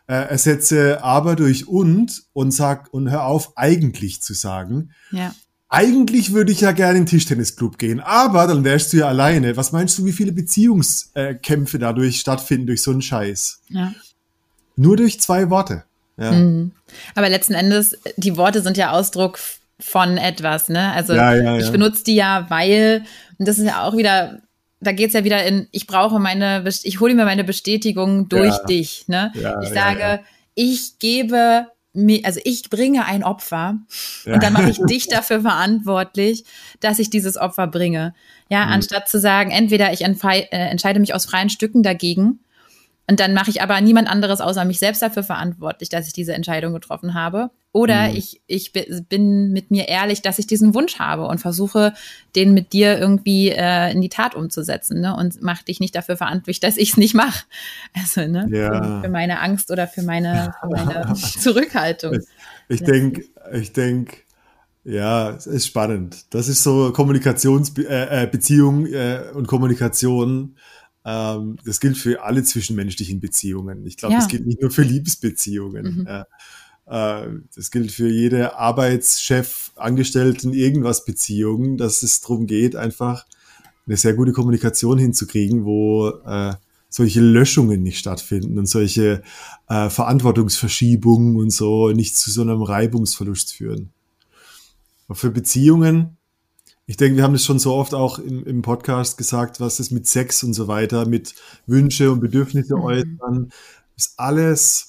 ersetze aber durch und hör auf, eigentlich zu sagen. Ja. Eigentlich würde ich ja gerne in den Tischtennisclub gehen, aber dann wärst du ja alleine. Was meinst du, wie viele Beziehungskämpfe dadurch stattfinden durch so einen Scheiß? Ja. Nur durch 2 Worte. Ja. Aber letzten Endes, die Worte sind ja Ausdruck von etwas, ne? Also ich Ja. benutze die ja, weil, und das ist ja auch wieder, da geht's ja wieder in, ich hole mir meine Bestätigung durch dich, ne? Ja, ich sage, ich gebe mir, also ich bringe ein Opfer und dann mache ich dich dafür verantwortlich, dass ich dieses Opfer bringe. Ja, anstatt zu sagen, entweder ich entscheide mich aus freien Stücken dagegen und dann mache ich aber niemand anderes außer mich selbst dafür verantwortlich, dass ich diese Entscheidung getroffen habe. Oder ich bin mit mir ehrlich, dass ich diesen Wunsch habe und versuche, den mit dir irgendwie in die Tat umzusetzen, ne? Und mache dich nicht dafür verantwortlich, dass ich es nicht mache. Also, ne? Für meine Angst oder für meine Zurückhaltung. Ich denke, ja, es ist spannend. Das ist so Beziehung und Kommunikation. Das gilt für alle zwischenmenschlichen Beziehungen. Ich glaube, das gilt nicht nur für Liebesbeziehungen. Das gilt für jede Arbeitschef, Angestellten, irgendwas Beziehung, dass es darum geht, einfach eine sehr gute Kommunikation hinzukriegen, wo solche Löschungen nicht stattfinden und solche Verantwortungsverschiebungen und so nicht zu so einem Reibungsverlust führen. Aber für Beziehungen, ich denke, wir haben das schon so oft auch im Podcast gesagt, was ist mit Sex und so weiter, mit Wünsche und Bedürfnisse äußern, ist alles.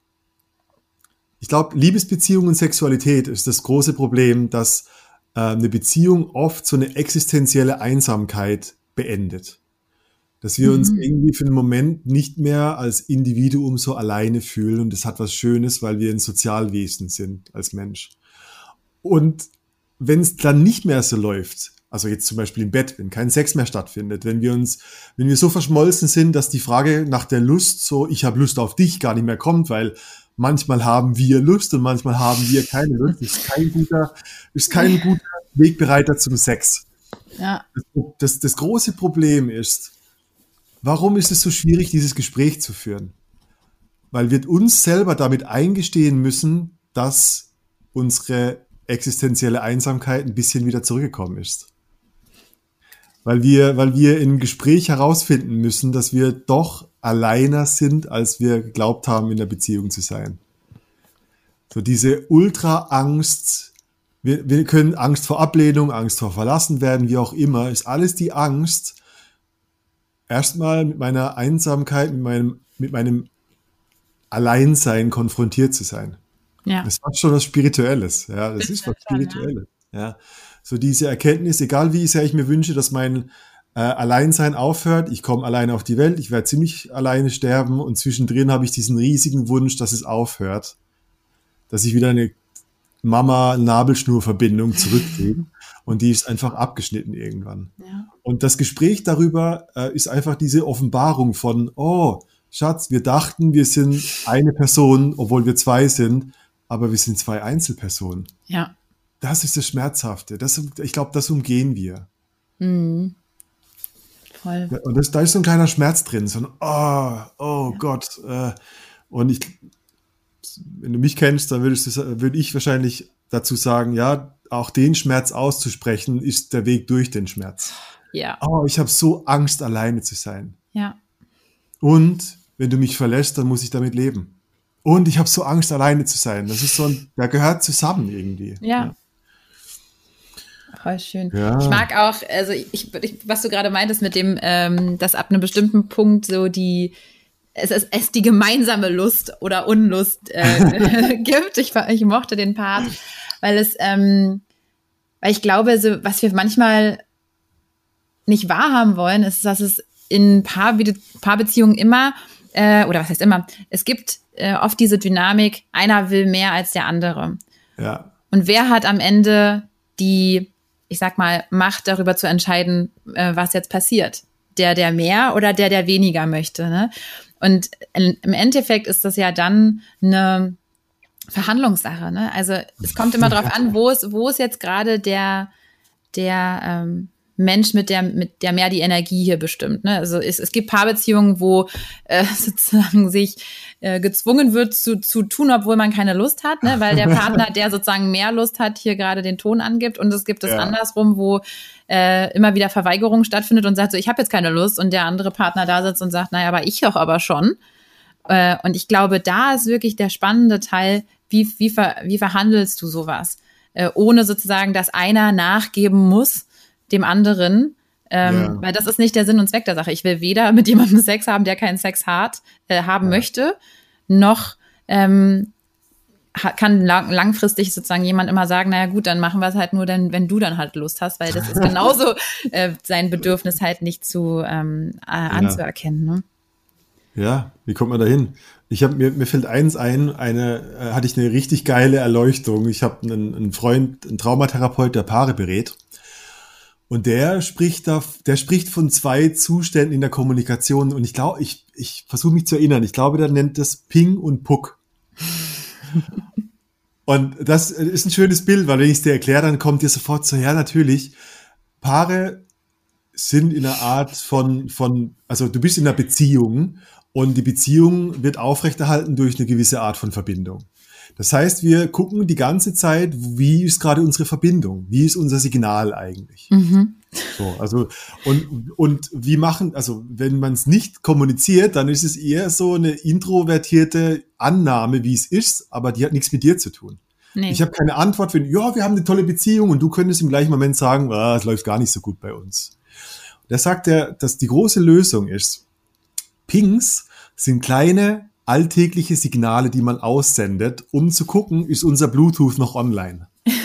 Ich glaube, Liebesbeziehung und Sexualität ist das große Problem, dass eine Beziehung oft so eine existenzielle Einsamkeit beendet. Dass wir uns irgendwie für einen Moment nicht mehr als Individuum so alleine fühlen und das hat was Schönes, weil wir ein Sozialwesen sind als Mensch. Und wenn es dann nicht mehr so läuft, also jetzt zum Beispiel im Bett, wenn kein Sex mehr stattfindet, wenn wir so verschmolzen sind, dass die Frage nach der Lust, so ich habe Lust auf dich, gar nicht mehr kommt, weil manchmal haben wir Lust und manchmal haben wir keine Lust. Das ist kein guter Wegbereiter zum Sex. Ja. Das große Problem ist, warum ist es so schwierig, dieses Gespräch zu führen? Weil wir uns selber damit eingestehen müssen, dass unsere existenzielle Einsamkeit ein bisschen wieder zurückgekommen ist. Weil wir im Gespräch herausfinden müssen, dass wir doch alleiner sind, als wir geglaubt haben, in der Beziehung zu sein. So diese Ultra-Angst, wir können Angst vor Ablehnung, Angst vor verlassen werden, wie auch immer, ist alles die Angst, erstmal mit meiner Einsamkeit, mit meinem Alleinsein konfrontiert zu sein. Ja. Das war schon was Spirituelles, ja, das ist was Spirituelles, ja. So diese Erkenntnis, egal wie sehr ich mir wünsche, dass mein Alleinsein aufhört, ich komme alleine auf die Welt, ich werde ziemlich alleine sterben und zwischendrin habe ich diesen riesigen Wunsch, dass es aufhört, dass ich wieder eine Mama-Nabelschnur-Verbindung zurückkriege und die ist einfach abgeschnitten irgendwann. Ja. Und das Gespräch darüber ist einfach diese Offenbarung von, oh, Schatz, wir dachten, wir sind eine Person, obwohl wir 2 sind, aber wir sind 2 Einzelpersonen. Ja. Das ist das Schmerzhafte. Ich glaube, das umgehen wir. Mhm. Voll. Und da ist so ein kleiner Schmerz drin, so ein Gott. Und wenn du mich kennst, dann würde ich wahrscheinlich dazu sagen, ja, auch den Schmerz auszusprechen, ist der Weg durch den Schmerz. Ja. Oh, ich habe so Angst, alleine zu sein. Ja. Und wenn du mich verlässt, dann muss ich damit leben. Und ich habe so Angst, alleine zu sein. Das ist der gehört zusammen irgendwie. Ja. Voll schön. Ja. Ich mag auch, also was du gerade meintest mit dem, dass ab einem bestimmten Punkt so es die gemeinsame Lust oder Unlust gibt. Ich mochte den Part, weil ich glaube, so, was wir manchmal nicht wahrhaben wollen, ist, dass es in Paarbeziehungen immer, oder was heißt immer, es gibt oft diese Dynamik, einer will mehr als der andere. Ja. Und wer hat am Ende die, ich sag mal, Macht darüber zu entscheiden, was jetzt passiert? Der mehr oder der weniger möchte, ne? Und im Endeffekt ist das ja dann eine Verhandlungssache, ne? Also es kommt immer darauf an, wo ist jetzt gerade der Mensch mit der mehr die Energie hier bestimmt. Ne? Also es gibt Paarbeziehungen, wo sozusagen sich gezwungen wird zu tun, obwohl man keine Lust hat, ne? Weil der Partner, der sozusagen mehr Lust hat, hier gerade den Ton angibt. Und es gibt es andersrum, wo immer wieder Verweigerung stattfindet und sagt so, ich habe jetzt keine Lust. Und der andere Partner da sitzt und sagt, naja, aber ich doch aber schon. Und ich glaube, da ist wirklich der spannende Teil, wie verhandelst du sowas? Ohne sozusagen, dass einer nachgeben muss dem anderen, weil das ist nicht der Sinn und Zweck der Sache. Ich will weder mit jemandem Sex haben, der keinen Sex haben möchte, noch kann langfristig sozusagen jemand immer sagen, naja gut, dann machen wir es halt nur, wenn du dann halt Lust hast, weil das ist genauso sein Bedürfnis halt nicht anzuerkennen. Ne? Ja, wie kommt man da hin? Mir fällt eins ein, hatte ich eine richtig geile Erleuchtung. Ich habe einen Freund, einen Traumatherapeut, der Paare berät. Und der spricht von 2 Zuständen in der Kommunikation. Und ich glaube, ich versuche mich zu erinnern. Ich glaube, der nennt das Ping und Puck. Und das ist ein schönes Bild, weil wenn ich es dir erkläre, dann kommt dir sofort so, ja, natürlich, Paare sind in einer Art also du bist in einer Beziehung und die Beziehung wird aufrechterhalten durch eine gewisse Art von Verbindung. Das heißt, wir gucken die ganze Zeit, wie ist gerade unsere Verbindung? Wie ist unser Signal eigentlich? Mhm. So, also, und wenn man es nicht kommuniziert, dann ist es eher so eine introvertierte Annahme, wie es ist, aber die hat nichts mit dir zu tun. Nee. Ich habe keine Antwort, wir haben eine tolle Beziehung und du könntest im gleichen Moment sagen, es läuft gar nicht so gut bei uns. Da sagt er, dass die große Lösung ist, Pings sind kleine alltägliche Signale, die man aussendet, um zu gucken, ist unser Bluetooth noch online.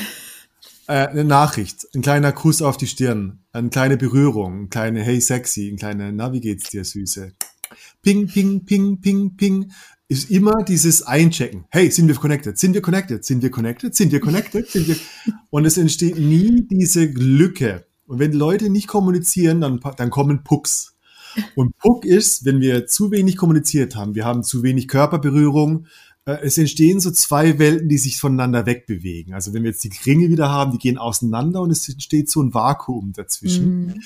Eine Nachricht, ein kleiner Kuss auf die Stirn, eine kleine Berührung, ein kleine Hey Sexy, ein kleiner Na, wie geht's dir, Süße? Ping, ping, ping, ping, ping, ist immer dieses Einchecken. Hey, sind wir connected? Sind wir connected? Sind wir connected? Sind wir connected? Und es entsteht nie diese Lücke. Und wenn Leute nicht kommunizieren, dann kommen Pucks. Und Puck ist, wenn wir zu wenig kommuniziert haben, wir haben zu wenig Körperberührung, es entstehen so 2 Welten, die sich voneinander wegbewegen. Also wenn wir jetzt die Ringe wieder haben, die gehen auseinander und es entsteht so ein Vakuum dazwischen.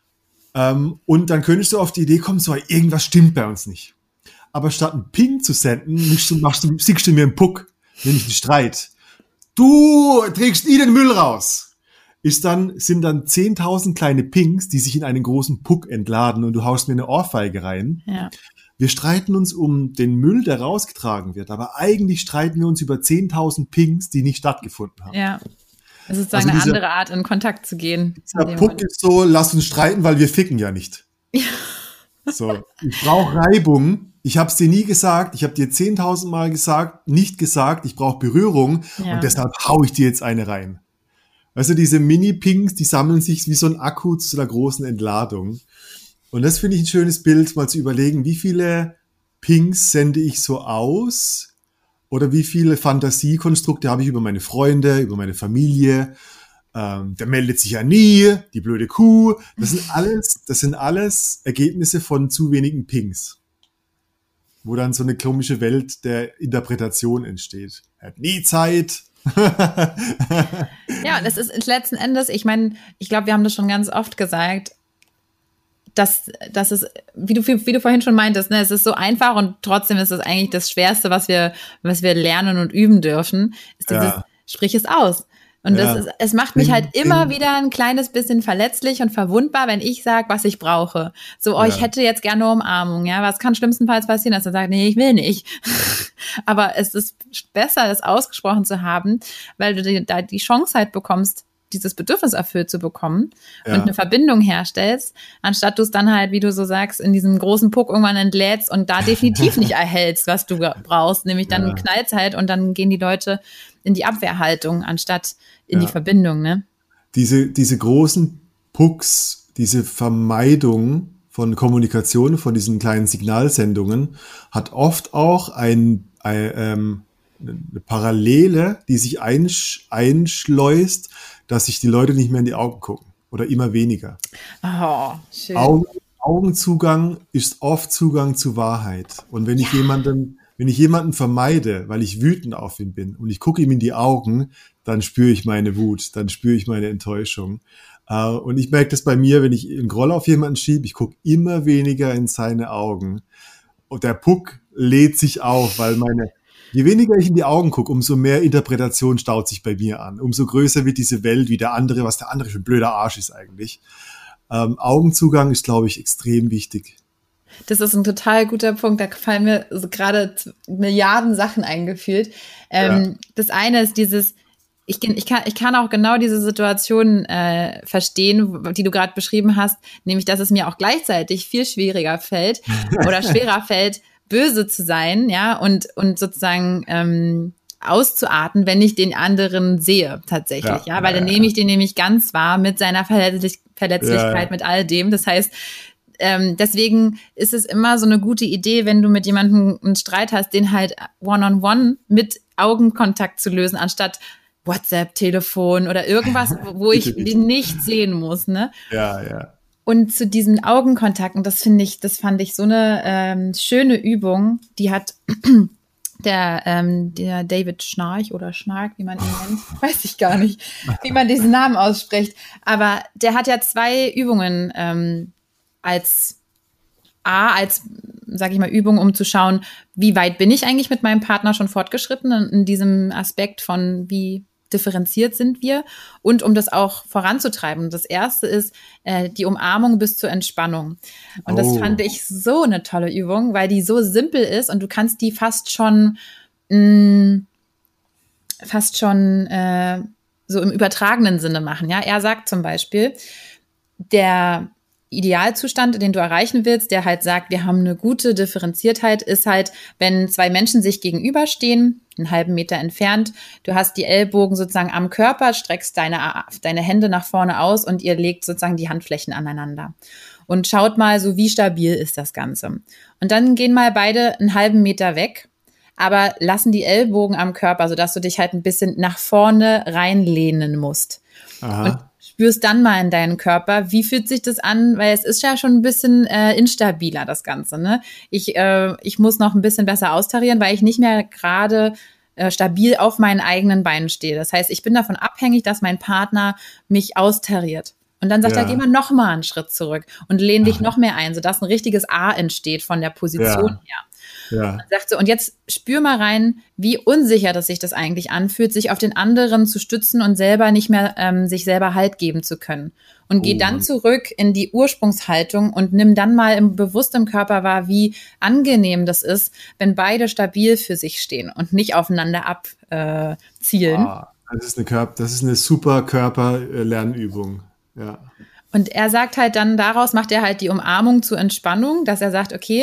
Und dann könntest du auf die Idee kommen, so, irgendwas stimmt bei uns nicht. Aber statt einen Ping zu senden, schickst du mir einen Puck, nämlich einen Streit. Du trägst nie den Müll raus. Sind dann 10.000 kleine Pings, die sich in einen großen Puck entladen und du haust mir eine Ohrfeige rein. Ja. Wir streiten uns um den Müll, der rausgetragen wird, aber eigentlich streiten wir uns über 10.000 Pings, die nicht stattgefunden haben. Ja, das ist sozusagen eine andere Art, in Kontakt zu gehen. Der Puck ist so, lass uns streiten, weil wir ficken ja nicht. Ja. So, ich brauche Reibung. Ich habe es dir nie gesagt. Ich habe dir 10.000 Mal nicht gesagt, ich brauche Berührung und deshalb hau ich dir jetzt eine rein. Also diese Mini-Pings, die sammeln sich wie so ein Akku zu einer großen Entladung. Und das finde ich ein schönes Bild, mal zu überlegen, wie viele Pings sende ich so aus oder wie viele Fantasiekonstrukte habe ich über meine Freunde, über meine Familie. Der meldet sich ja nie, die blöde Kuh. Das sind alles Ergebnisse von zu wenigen Pings, wo dann so eine komische Welt der Interpretation entsteht. Er hat nie Zeit. Ja, das ist letzten Endes, ich meine, ich glaube, wir haben das schon ganz oft gesagt, dass es, wie du vorhin schon meintest, ne, es ist so einfach und trotzdem ist es eigentlich das Schwerste, was wir lernen und üben dürfen, ist dieses, sprich es aus. Und es macht mich halt immer wieder ein kleines bisschen verletzlich und verwundbar, wenn ich sage, was ich brauche. So, ich hätte jetzt gerne eine Umarmung, ja, was kann schlimmstenfalls passieren, dass er sagt, nee, ich will nicht. Aber es ist besser, das ausgesprochen zu haben, weil du da die Chance halt bekommst, dieses Bedürfnis erfüllt zu bekommen und eine Verbindung herstellst, anstatt du es dann halt, wie du so sagst, in diesem großen Puck irgendwann entlädst und da definitiv nicht erhältst, was du brauchst, nämlich dann knallt's halt und dann gehen die Leute in die Abwehrhaltung, anstatt in die Verbindung, ne? Diese großen Pucks, diese Vermeidung von Kommunikation, von diesen kleinen Signalsendungen, hat oft auch eine Parallele, die sich einschleust, dass sich die Leute nicht mehr in die Augen gucken oder immer weniger. Oh, schön. Augenzugang ist oft Zugang zu Wahrheit. Und wenn ich jemanden vermeide, weil ich wütend auf ihn bin und ich gucke ihm in die Augen, dann spüre ich meine Wut, dann spüre ich meine Enttäuschung. Und ich merke das bei mir, wenn ich einen Groll auf jemanden schiebe, ich gucke immer weniger in seine Augen. Und der Puck lädt sich auf, weil je weniger ich in die Augen gucke, umso mehr Interpretation staut sich bei mir an. Umso größer wird diese Welt, was der andere für ein blöder Arsch ist eigentlich. Augenzugang ist, glaube ich, extrem wichtig. Das ist ein total guter Punkt. Da fallen mir so gerade Milliarden Sachen eingefühlt. Das eine ist dieses, ich kann auch genau diese Situation verstehen, die du gerade beschrieben hast, nämlich, dass es mir auch gleichzeitig viel schwieriger fällt oder schwerer fällt, böse zu sein, ja, und sozusagen auszuarten, wenn ich den anderen sehe, tatsächlich, ja, weil dann nehme ich den nämlich ganz wahr mit seiner Verletzlichkeit, mit all dem. Das heißt, deswegen ist es immer so eine gute Idee, wenn du mit jemandem einen Streit hast, den halt one-on-one mit Augenkontakt zu lösen, anstatt WhatsApp, Telefon oder irgendwas, wo ich den nicht sehen muss, ne? Ja. Und zu diesem Augenkontakt, und das fand ich so eine schöne Übung, die hat der David Schnarch oder Schnark, wie man ihn nennt, weiß ich gar nicht, wie man diesen Namen ausspricht, aber der hat ja 2 Übungen als sage ich mal, Übung, um zu schauen, wie weit bin ich eigentlich mit meinem Partner schon fortgeschritten in diesem Aspekt von wie differenziert sind wir und um das auch voranzutreiben. Das erste ist die Umarmung bis zur Entspannung. Und das fand ich so eine tolle Übung, weil die so simpel ist und du kannst die fast schon so im übertragenen Sinne machen. Ja, er sagt zum Beispiel, der Idealzustand, den du erreichen willst, der halt sagt, wir haben eine gute Differenziertheit, ist halt, wenn 2 Menschen sich gegenüberstehen, einen halben Meter entfernt, du hast die Ellbogen sozusagen am Körper, streckst deine Hände nach vorne aus und ihr legt sozusagen die Handflächen aneinander. Und schaut mal so, wie stabil ist das Ganze. Und dann gehen mal beide einen halben Meter weg, aber lassen die Ellbogen am Körper, sodass du dich halt ein bisschen nach vorne reinlehnen musst. Aha. Und spürst dann mal in deinen Körper, wie fühlt sich das an, weil es ist ja schon ein bisschen instabiler, das Ganze, ne? Ich muss noch ein bisschen besser austarieren, weil ich nicht mehr gerade stabil auf meinen eigenen Beinen stehe. Das heißt, ich bin davon abhängig, dass mein Partner mich austariert. Und dann sagt er, geh mal noch mal einen Schritt zurück und lehn dich noch mehr ein, sodass ein richtiges A entsteht von der Position her. Ja. Und sagt so, und jetzt spür mal rein, wie unsicher das sich das eigentlich anfühlt, sich auf den anderen zu stützen und selber nicht mehr sich selber Halt geben zu können. Und geh dann zurück in die Ursprungshaltung und nimm dann mal bewusst im Körper wahr, wie angenehm das ist, wenn beide stabil für sich stehen und nicht aufeinander abzielen. Das ist eine super Körperlernübung. Ja. Und er sagt halt dann, daraus macht er halt die Umarmung zur Entspannung, dass er sagt, okay,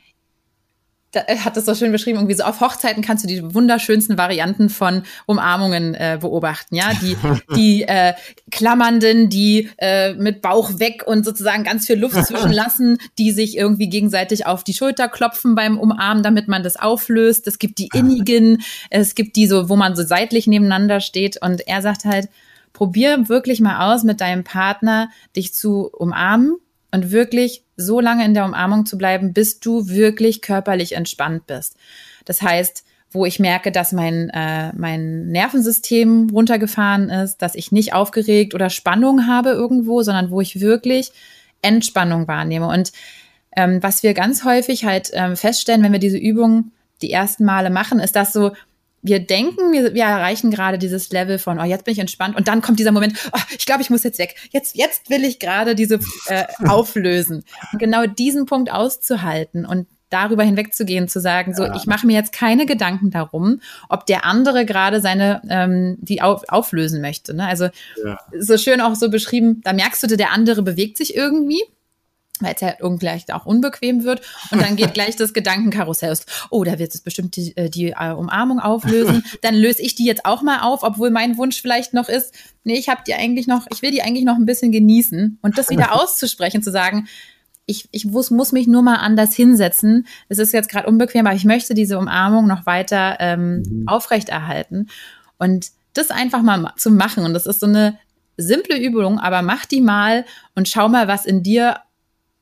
er hat das so schön beschrieben, irgendwie so auf Hochzeiten kannst du die wunderschönsten Varianten von Umarmungen beobachten, ja, die Klammernden, die mit Bauch weg und sozusagen ganz viel Luft zwischenlassen, die sich irgendwie gegenseitig auf die Schulter klopfen beim Umarmen, damit man das auflöst. Es gibt die innigen, es gibt die so, wo man so seitlich nebeneinander steht und er sagt halt, probier wirklich mal aus, mit deinem Partner dich zu umarmen und wirklich so lange in der Umarmung zu bleiben, bis du wirklich körperlich entspannt bist. Das heißt, wo ich merke, dass mein Nervensystem runtergefahren ist, dass ich nicht aufgeregt oder Spannung habe irgendwo, sondern wo ich wirklich Entspannung wahrnehme. Und was wir ganz häufig halt feststellen, wenn wir diese Übung die ersten Male machen, ist, dass so, wir denken, wir erreichen gerade dieses Level von, oh, jetzt bin ich entspannt. Und dann kommt dieser Moment, oh, ich glaube, ich muss jetzt weg. Jetzt will ich gerade diese auflösen. Und genau diesen Punkt auszuhalten und darüber hinwegzugehen, zu sagen, so, ich mache mir jetzt keine Gedanken darum, ob der andere gerade die auflösen möchte. Ne? Also so schön auch so beschrieben, da merkst du, der andere bewegt sich irgendwie, weil es ja vielleicht auch unbequem wird. Und dann geht gleich das Gedankenkarussell. Oh, da wird es bestimmt die Umarmung auflösen. Dann löse ich die jetzt auch mal auf, obwohl mein Wunsch vielleicht noch ist, nee, ich will die eigentlich noch ein bisschen genießen. Und das wieder auszusprechen, zu sagen, ich muss mich nur mal anders hinsetzen. Es ist jetzt gerade unbequem, aber ich möchte diese Umarmung noch weiter aufrechterhalten. Und das einfach mal zu machen. Und das ist so eine simple Übung, aber mach die mal und schau mal, was in dir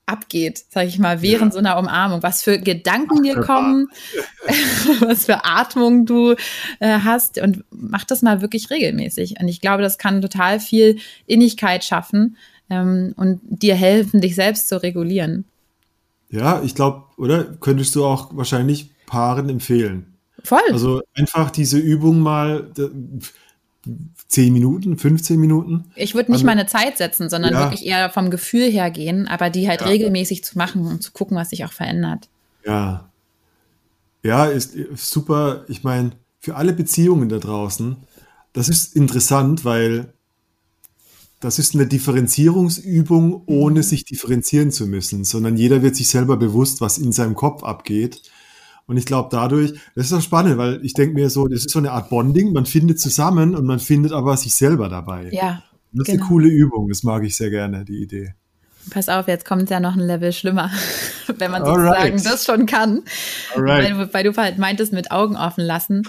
abgeht, sage ich mal, während so einer Umarmung, was für Gedanken dir kommen, was für Atmung du hast, und mach das mal wirklich regelmäßig. Und ich glaube, das kann total viel Innigkeit schaffen und dir helfen, dich selbst zu regulieren. Ja, ich glaube, oder? Könntest du auch wahrscheinlich Paaren empfehlen. Voll. Also einfach diese Übung mal 10 Minuten, 15 Minuten. Ich würde nicht mal eine Zeit setzen, sondern wirklich eher vom Gefühl her gehen, aber die halt regelmäßig zu machen und zu gucken, was sich auch verändert. Ja. Ja, ist super. Ich meine, für alle Beziehungen da draußen, das ist interessant, weil das ist eine Differenzierungsübung, ohne sich differenzieren zu müssen, sondern jeder wird sich selber bewusst, was in seinem Kopf abgeht. Und ich glaube dadurch, das ist auch spannend, weil ich denke mir so, das ist so eine Art Bonding, man findet zusammen und man findet aber sich selber dabei. Ja. Und das ist eine coole Übung, das mag ich sehr gerne, die Idee. Pass auf, jetzt kommt ja noch ein Level schlimmer, wenn man sozusagen das schon kann. Weil du halt meintest, mit Augen offen lassen.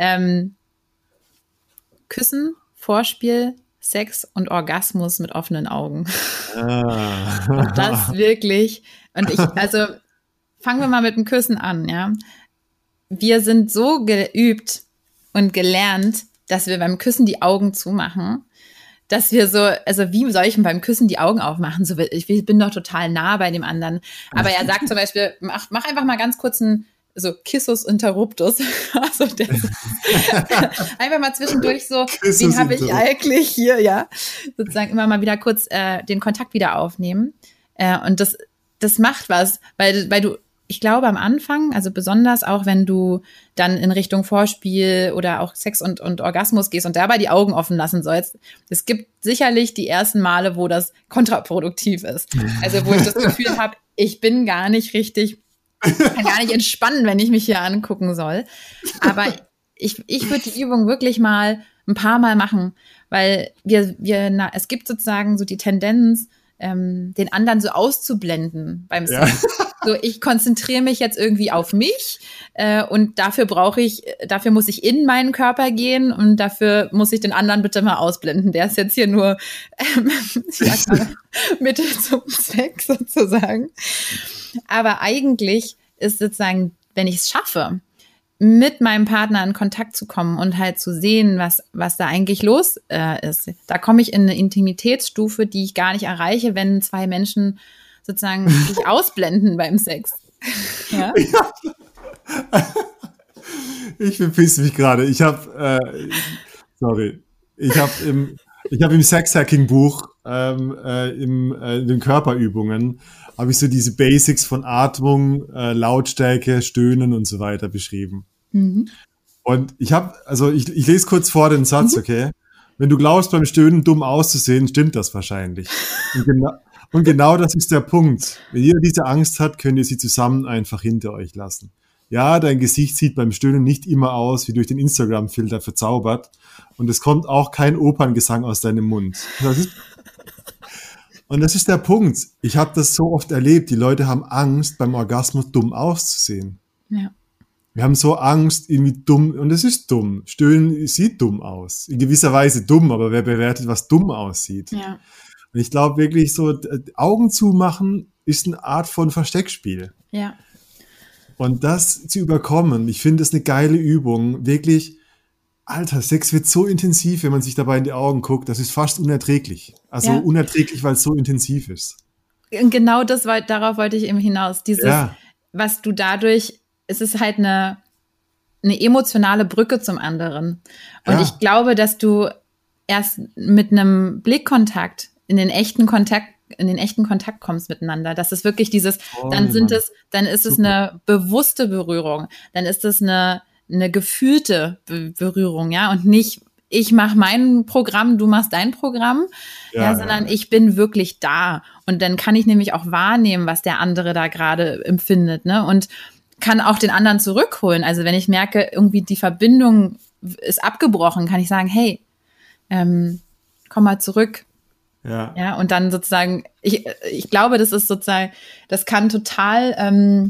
Küssen, Vorspiel, Sex und Orgasmus mit offenen Augen. Und das wirklich, also fangen wir mal mit dem Küssen an, ja. Wir sind so geübt und gelernt, dass wir beim Küssen die Augen zumachen, dass wir so, also wie soll ich denn beim Küssen die Augen aufmachen? So, ich bin doch total nah bei dem anderen. Aber er sagt zum Beispiel, mach einfach mal ganz kurz so Kissus interruptus. Also einfach mal zwischendurch so, den habe ich eigentlich hier, ja. Sozusagen immer mal wieder kurz den Kontakt wieder aufnehmen. Und das macht was, weil du, ich glaube am Anfang, also besonders auch wenn du dann in Richtung Vorspiel oder auch Sex und Orgasmus gehst und dabei die Augen offen lassen sollst, es gibt sicherlich die ersten Male, wo das kontraproduktiv ist. Also wo ich das Gefühl habe, ich bin gar nicht richtig, kann gar nicht entspannen, wenn ich mich hier angucken soll. Aber ich würde die Übung wirklich mal ein paar Mal machen, weil es gibt sozusagen so die Tendenz, den anderen so auszublenden beim Sex. Ja. So, ich konzentriere mich jetzt irgendwie auf mich und dafür muss ich in meinen Körper gehen und dafür muss ich den anderen bitte mal ausblenden. Der ist jetzt hier nur Mittel zum Zweck sozusagen. Aber eigentlich ist sozusagen, wenn ich es schaffe, mit meinem Partner in Kontakt zu kommen und halt zu sehen, was da eigentlich los ist. Da komme ich in eine Intimitätsstufe, die ich gar nicht erreiche, wenn zwei Menschen sozusagen sich ausblenden beim Sex. Ja? Ich verpiss mich gerade. Ich habe im Sex-Hacking-Buch in den Körperübungen habe ich so diese Basics von Atmung, Lautstärke, Stöhnen und so weiter beschrieben. Mhm. Und ich lese kurz vor den Satz, okay? Wenn du glaubst, beim Stöhnen dumm auszusehen, stimmt das wahrscheinlich. Und genau das ist der Punkt. Wenn ihr diese Angst habt, könnt ihr sie zusammen einfach hinter euch lassen. Ja, dein Gesicht sieht beim Stöhnen nicht immer aus, wie durch den Instagram-Filter verzaubert. Und es kommt auch kein Operngesang aus deinem Mund. Und das ist der Punkt. Ich habe das so oft erlebt. Die Leute haben Angst, beim Orgasmus dumm auszusehen. Ja. Wir haben so Angst, irgendwie dumm, und es ist dumm. Stöhnen sieht dumm aus. In gewisser Weise dumm, aber wer bewertet, was dumm aussieht? Ja. Und ich glaube wirklich so, Augen zumachen ist eine Art von Versteckspiel. Ja. Und das zu überkommen, ich finde das eine geile Übung. Wirklich, Alter, Sex wird so intensiv, wenn man sich dabei in die Augen guckt, das ist fast unerträglich. Also unerträglich, weil es so intensiv ist. Und genau darauf wollte ich eben hinaus. Was du dadurch, es ist halt eine emotionale Brücke zum anderen. Und ich glaube, dass du erst mit einem Blickkontakt in den echten Kontakt kommst miteinander. Das ist wirklich dann ist es eine bewusste Berührung. Dann ist es eine gefühlte Berührung, ja, und nicht, ich mache mein Programm, du machst dein Programm, sondern ich bin wirklich da. Und dann kann ich nämlich auch wahrnehmen, was der andere da gerade empfindet, ne, und kann auch den anderen zurückholen. Also wenn ich merke, irgendwie die Verbindung ist abgebrochen, kann ich sagen, hey, komm mal zurück. Ja, und dann sozusagen, ich glaube, das ist sozusagen, das kann total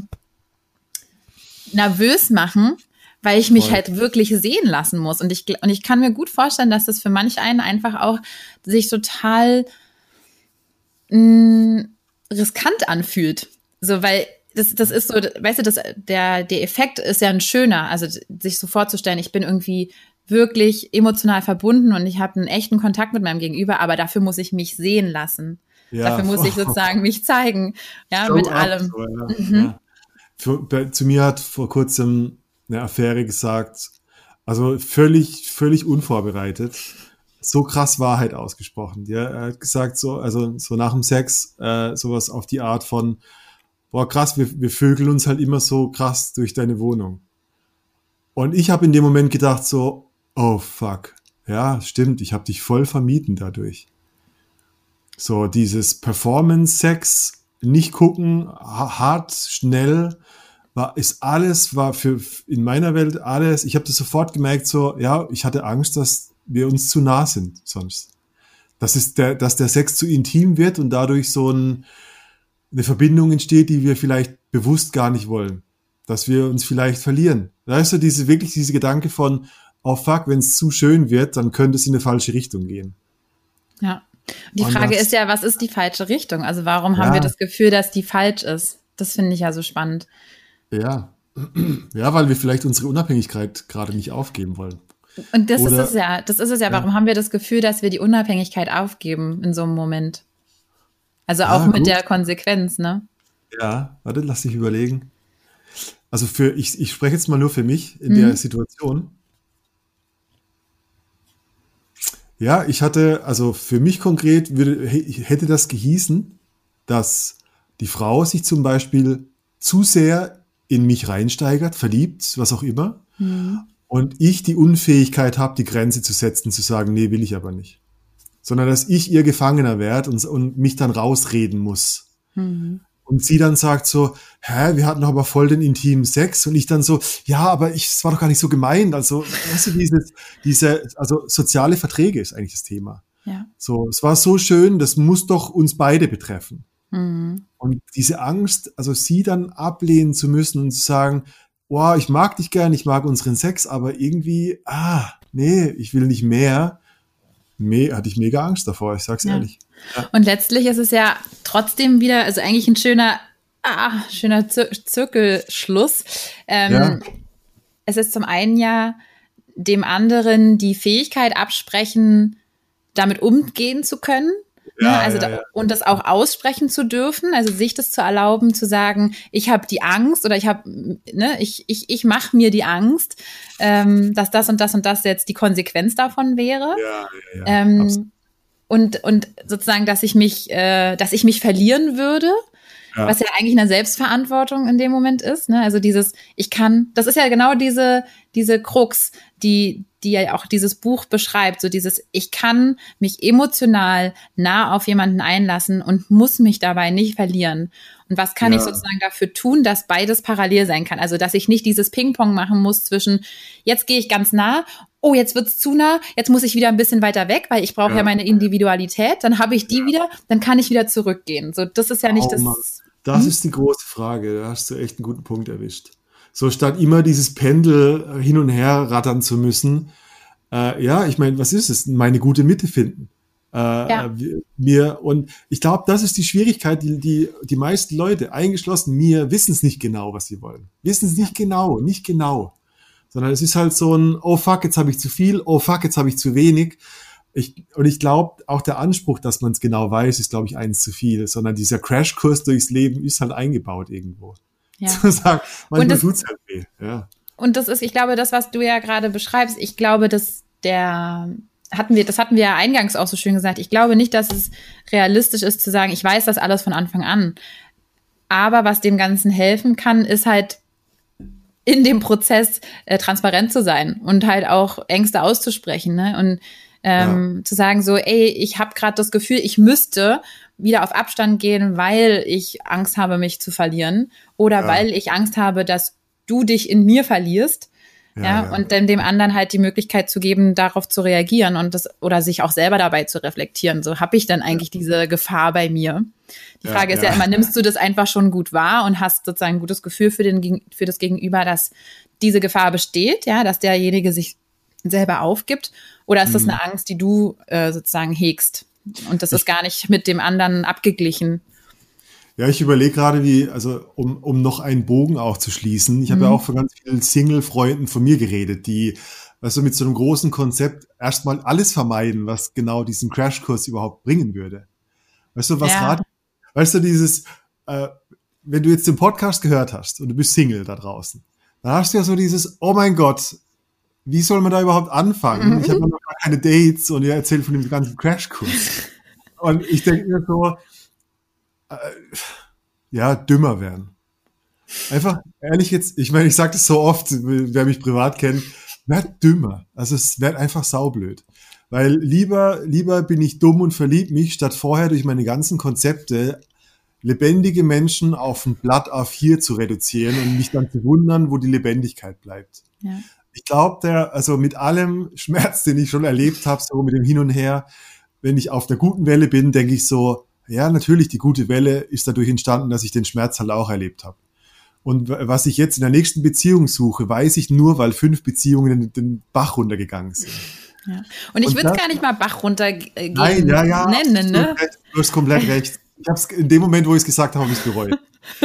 nervös machen, weil ich mich halt wirklich sehen lassen muss. Und ich kann mir gut vorstellen, dass das für manch einen einfach auch sich total riskant anfühlt. So, weil das ist so, weißt du, der Effekt ist ja ein schöner, also sich so vorzustellen, ich bin irgendwie wirklich emotional verbunden und ich habe einen echten Kontakt mit meinem Gegenüber, aber dafür muss ich mich sehen lassen. Ja. Dafür muss ich sozusagen mich zeigen, ja, Show mit up, allem. so, ja. Ja. Zu mir hat vor kurzem eine Affäre gesagt, also völlig unvorbereitet, so krass Wahrheit ausgesprochen. Ja, er hat gesagt, so nach dem Sex, sowas auf die Art von, boah, krass, wir vögeln uns halt immer so krass durch deine Wohnung. Und ich habe in dem Moment gedacht so, oh fuck, ja, stimmt, ich habe dich voll vermieden dadurch. So dieses Performance-Sex, nicht gucken, hart, schnell, war in meiner Welt alles, ich habe das sofort gemerkt, so, ja, ich hatte Angst, dass wir uns zu nah sind sonst. Dass der Sex zu intim wird und dadurch so eine Verbindung entsteht, die wir vielleicht bewusst gar nicht wollen. Dass wir uns vielleicht verlieren. Da ist so diese Gedanke von, oh fuck, wenn es zu schön wird, dann könnte es in eine falsche Richtung gehen. Ja. Die Frage ist ja, was ist die falsche Richtung? Also warum haben wir das Gefühl, dass die falsch ist? Das finde ich ja so spannend. Ja. Ja, weil wir vielleicht unsere Unabhängigkeit gerade nicht aufgeben wollen. Und das ist es ja. Warum haben wir das Gefühl, dass wir die Unabhängigkeit aufgeben in so einem Moment? Also auch mit der Konsequenz, ne? Ja, warte, lass dich überlegen. Also ich spreche jetzt mal nur für mich in der Situation. Ja, also für mich konkret hätte das gehießen, dass die Frau sich zum Beispiel zu sehr in mich reinsteigert, verliebt, was auch immer, und ich die Unfähigkeit habe, die Grenze zu setzen, zu sagen, nee, will ich aber nicht. Sondern dass ich ihr Gefangener werde und mich dann rausreden muss. Und sie dann sagt so, wir hatten doch aber voll den intimen Sex. Und ich dann so, ja, aber es war doch gar nicht so gemeint. Also, weißt du, also soziale Verträge ist eigentlich das Thema. Ja. So, es war so schön, das muss doch uns beide betreffen. Und diese Angst, also sie dann ablehnen zu müssen und zu sagen, oh, ich mag dich gern, ich mag unseren Sex, aber irgendwie, nee, ich will nicht mehr. Hatte ich mega Angst davor, ich sag's ehrlich. Ja. Und letztlich ist es ja trotzdem wieder, also eigentlich ein schöner Zirkelschluss. Es ist zum einen ja dem anderen die Fähigkeit absprechen, damit umgehen zu können. Und das auch aussprechen zu dürfen, also sich das zu erlauben, zu sagen, ich habe die Angst oder ich mache mir die Angst, dass das und das und das jetzt die Konsequenz davon wäre. Und sozusagen, dass ich mich verlieren würde, was ja eigentlich eine Selbstverantwortung in dem Moment ist. Ne? Also das ist ja genau diese Krux, die ja auch dieses Buch beschreibt, so dieses, ich kann mich emotional nah auf jemanden einlassen und muss mich dabei nicht verlieren. Und was kann ich sozusagen dafür tun, dass beides parallel sein kann? Also, dass ich nicht dieses Ping-Pong machen muss zwischen, jetzt gehe ich ganz nah, oh, jetzt wird's zu nah, jetzt muss ich wieder ein bisschen weiter weg, weil ich brauche ja meine Individualität, dann habe ich die wieder, dann kann ich wieder zurückgehen. So, das ist ja nicht das. Das ist die große Frage, da hast du echt einen guten Punkt erwischt. So, statt immer dieses Pendel hin und her rattern zu müssen, ich meine, was ist es? Meine gute Mitte finden. Und ich glaube, das ist die Schwierigkeit, die meisten Leute, eingeschlossen mir, wissen es nicht genau, was sie wollen. Wissen es nicht genau. Sondern es ist halt so ein, oh fuck, jetzt habe ich zu viel, oh fuck, jetzt habe ich zu wenig. Und ich glaube, auch der Anspruch, dass man es genau weiß, ist, glaube ich, eins zu viel. Sondern dieser Crashkurs durchs Leben ist halt eingebaut irgendwo. Ja. Zu sagen, manchmal tut's halt weh. Ja. Und das ist, ich glaube, das, was du ja gerade beschreibst, ich glaube, das hatten wir ja eingangs auch so schön gesagt, ich glaube nicht, dass es realistisch ist zu sagen, ich weiß das alles von Anfang an. Aber was dem Ganzen helfen kann, ist halt in dem Prozess transparent zu sein und halt auch Ängste auszusprechen, ne? Und zu sagen so, ey, ich habe gerade das Gefühl, ich müsste wieder auf Abstand gehen, weil ich Angst habe, mich zu verlieren oder weil ich Angst habe, dass du dich in mir verlierst. Und dann dem anderen halt die Möglichkeit zu geben, darauf zu reagieren oder sich auch selber dabei zu reflektieren. So, habe ich dann eigentlich diese Gefahr bei mir? Die Frage ist ja immer, nimmst du das einfach schon gut wahr und hast sozusagen ein gutes Gefühl für das Gegenüber, dass diese Gefahr besteht, ja, dass derjenige sich selber aufgibt? Oder ist das eine Angst, die du sozusagen hegst? Und das ist gar nicht mit dem anderen abgeglichen? Ja, ich überlege gerade, um noch einen Bogen auch zu schließen. Ich habe ja auch von ganz vielen Single-Freunden von mir geredet, die, weißt du, mit so einem großen Konzept erstmal alles vermeiden, was genau diesen Crashkurs überhaupt bringen würde. Weißt du, wenn du jetzt den Podcast gehört hast und du bist Single da draußen, dann hast du ja so dieses, oh mein Gott, wie soll man da überhaupt anfangen? Ich habe noch gar keine Dates und ihr erzählt von dem ganzen Crashkurs. Und ich denke mir so, dümmer werden. Einfach, ehrlich jetzt, ich meine, ich sage das so oft, wer mich privat kennt, werd dümmer. Also es wird einfach saublöd. Weil lieber bin ich dumm und verlieb mich, statt vorher durch meine ganzen Konzepte lebendige Menschen auf ein Blatt A4 zu reduzieren und mich dann zu wundern, wo die Lebendigkeit bleibt. Ja. Ich glaube, also mit allem Schmerz, den ich schon erlebt habe, so mit dem Hin und Her, wenn ich auf der guten Welle bin, denke ich so, ja, natürlich, die gute Welle ist dadurch entstanden, dass ich den Schmerz halt auch erlebt habe. Und was ich jetzt in der nächsten Beziehung suche, weiß ich nur, weil 5 Beziehungen den Bach runtergegangen sind. Ja. Und ich würde es gar nicht mal Bach runtergehen nennen, ne? Du hast komplett recht. Ich habe es in dem Moment, wo ich es gesagt habe, ich bereut.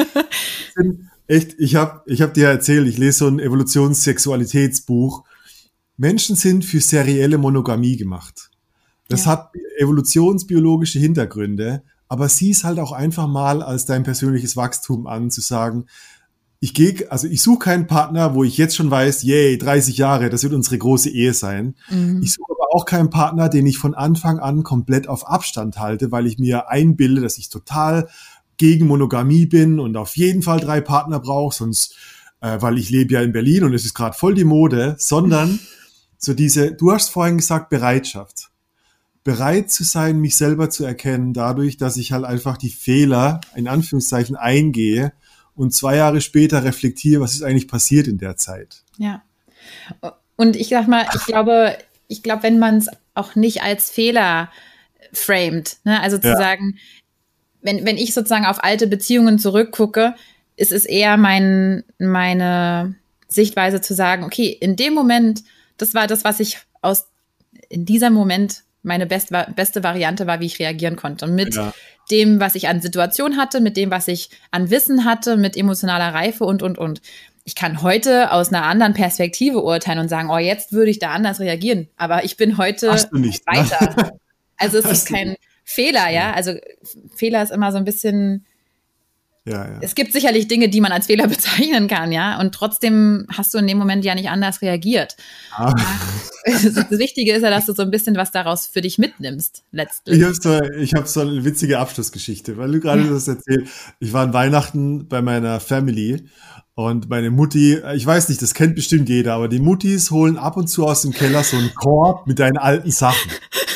Ich hab dir erzählt, ich lese so ein Evolutionssexualitätsbuch. Menschen sind für serielle Monogamie gemacht. Das hat evolutionsbiologische Hintergründe, aber sieh es halt auch einfach mal als dein persönliches Wachstum an, zu sagen, ich suche keinen Partner, wo ich jetzt schon weiß, 30 Jahre, das wird unsere große Ehe sein. Ich suche aber auch keinen Partner, den ich von Anfang an komplett auf Abstand halte, weil ich mir einbilde, dass ich total gegen Monogamie bin und auf jeden Fall 3 Partner brauche, sonst, weil ich lebe ja in Berlin und es ist gerade voll die Mode, sondern du hast vorhin gesagt, Bereitschaft. Bereit zu sein, mich selber zu erkennen, dadurch, dass ich halt einfach die Fehler, in Anführungszeichen, eingehe und 2 Jahre später reflektiere, was ist eigentlich passiert in der Zeit. Ja. Und ich sag mal, ich glaube, wenn man es auch nicht als Fehler framet, ne, also zu sagen, wenn ich sozusagen auf alte Beziehungen zurückgucke, ist es eher meine Sichtweise zu sagen, okay, in dem Moment, das war das, was ich in diesem Moment meine beste Variante war, wie ich reagieren konnte. Und mit dem, was ich an Situation hatte, mit dem, was ich an Wissen hatte, mit emotionaler Reife und. Ich kann heute aus einer anderen Perspektive urteilen und sagen, oh, jetzt würde ich da anders reagieren. Aber ich bin heute weiter. Ne? Also es ist kein Fehler, ja. Also Fehler ist immer so ein bisschen. Ja. Es gibt sicherlich Dinge, die man als Fehler bezeichnen kann, ja. Und trotzdem hast du in dem Moment ja nicht anders reagiert. Ja. Das Wichtige ist ja, dass du so ein bisschen was daraus für dich mitnimmst, letztlich. Ich hab so eine witzige Abschlussgeschichte, weil du gerade das erzählst. Ich war an Weihnachten bei meiner Family und meine Mutti, ich weiß nicht, das kennt bestimmt jeder, aber die Muttis holen ab und zu aus dem Keller so einen Korb mit deinen alten Sachen.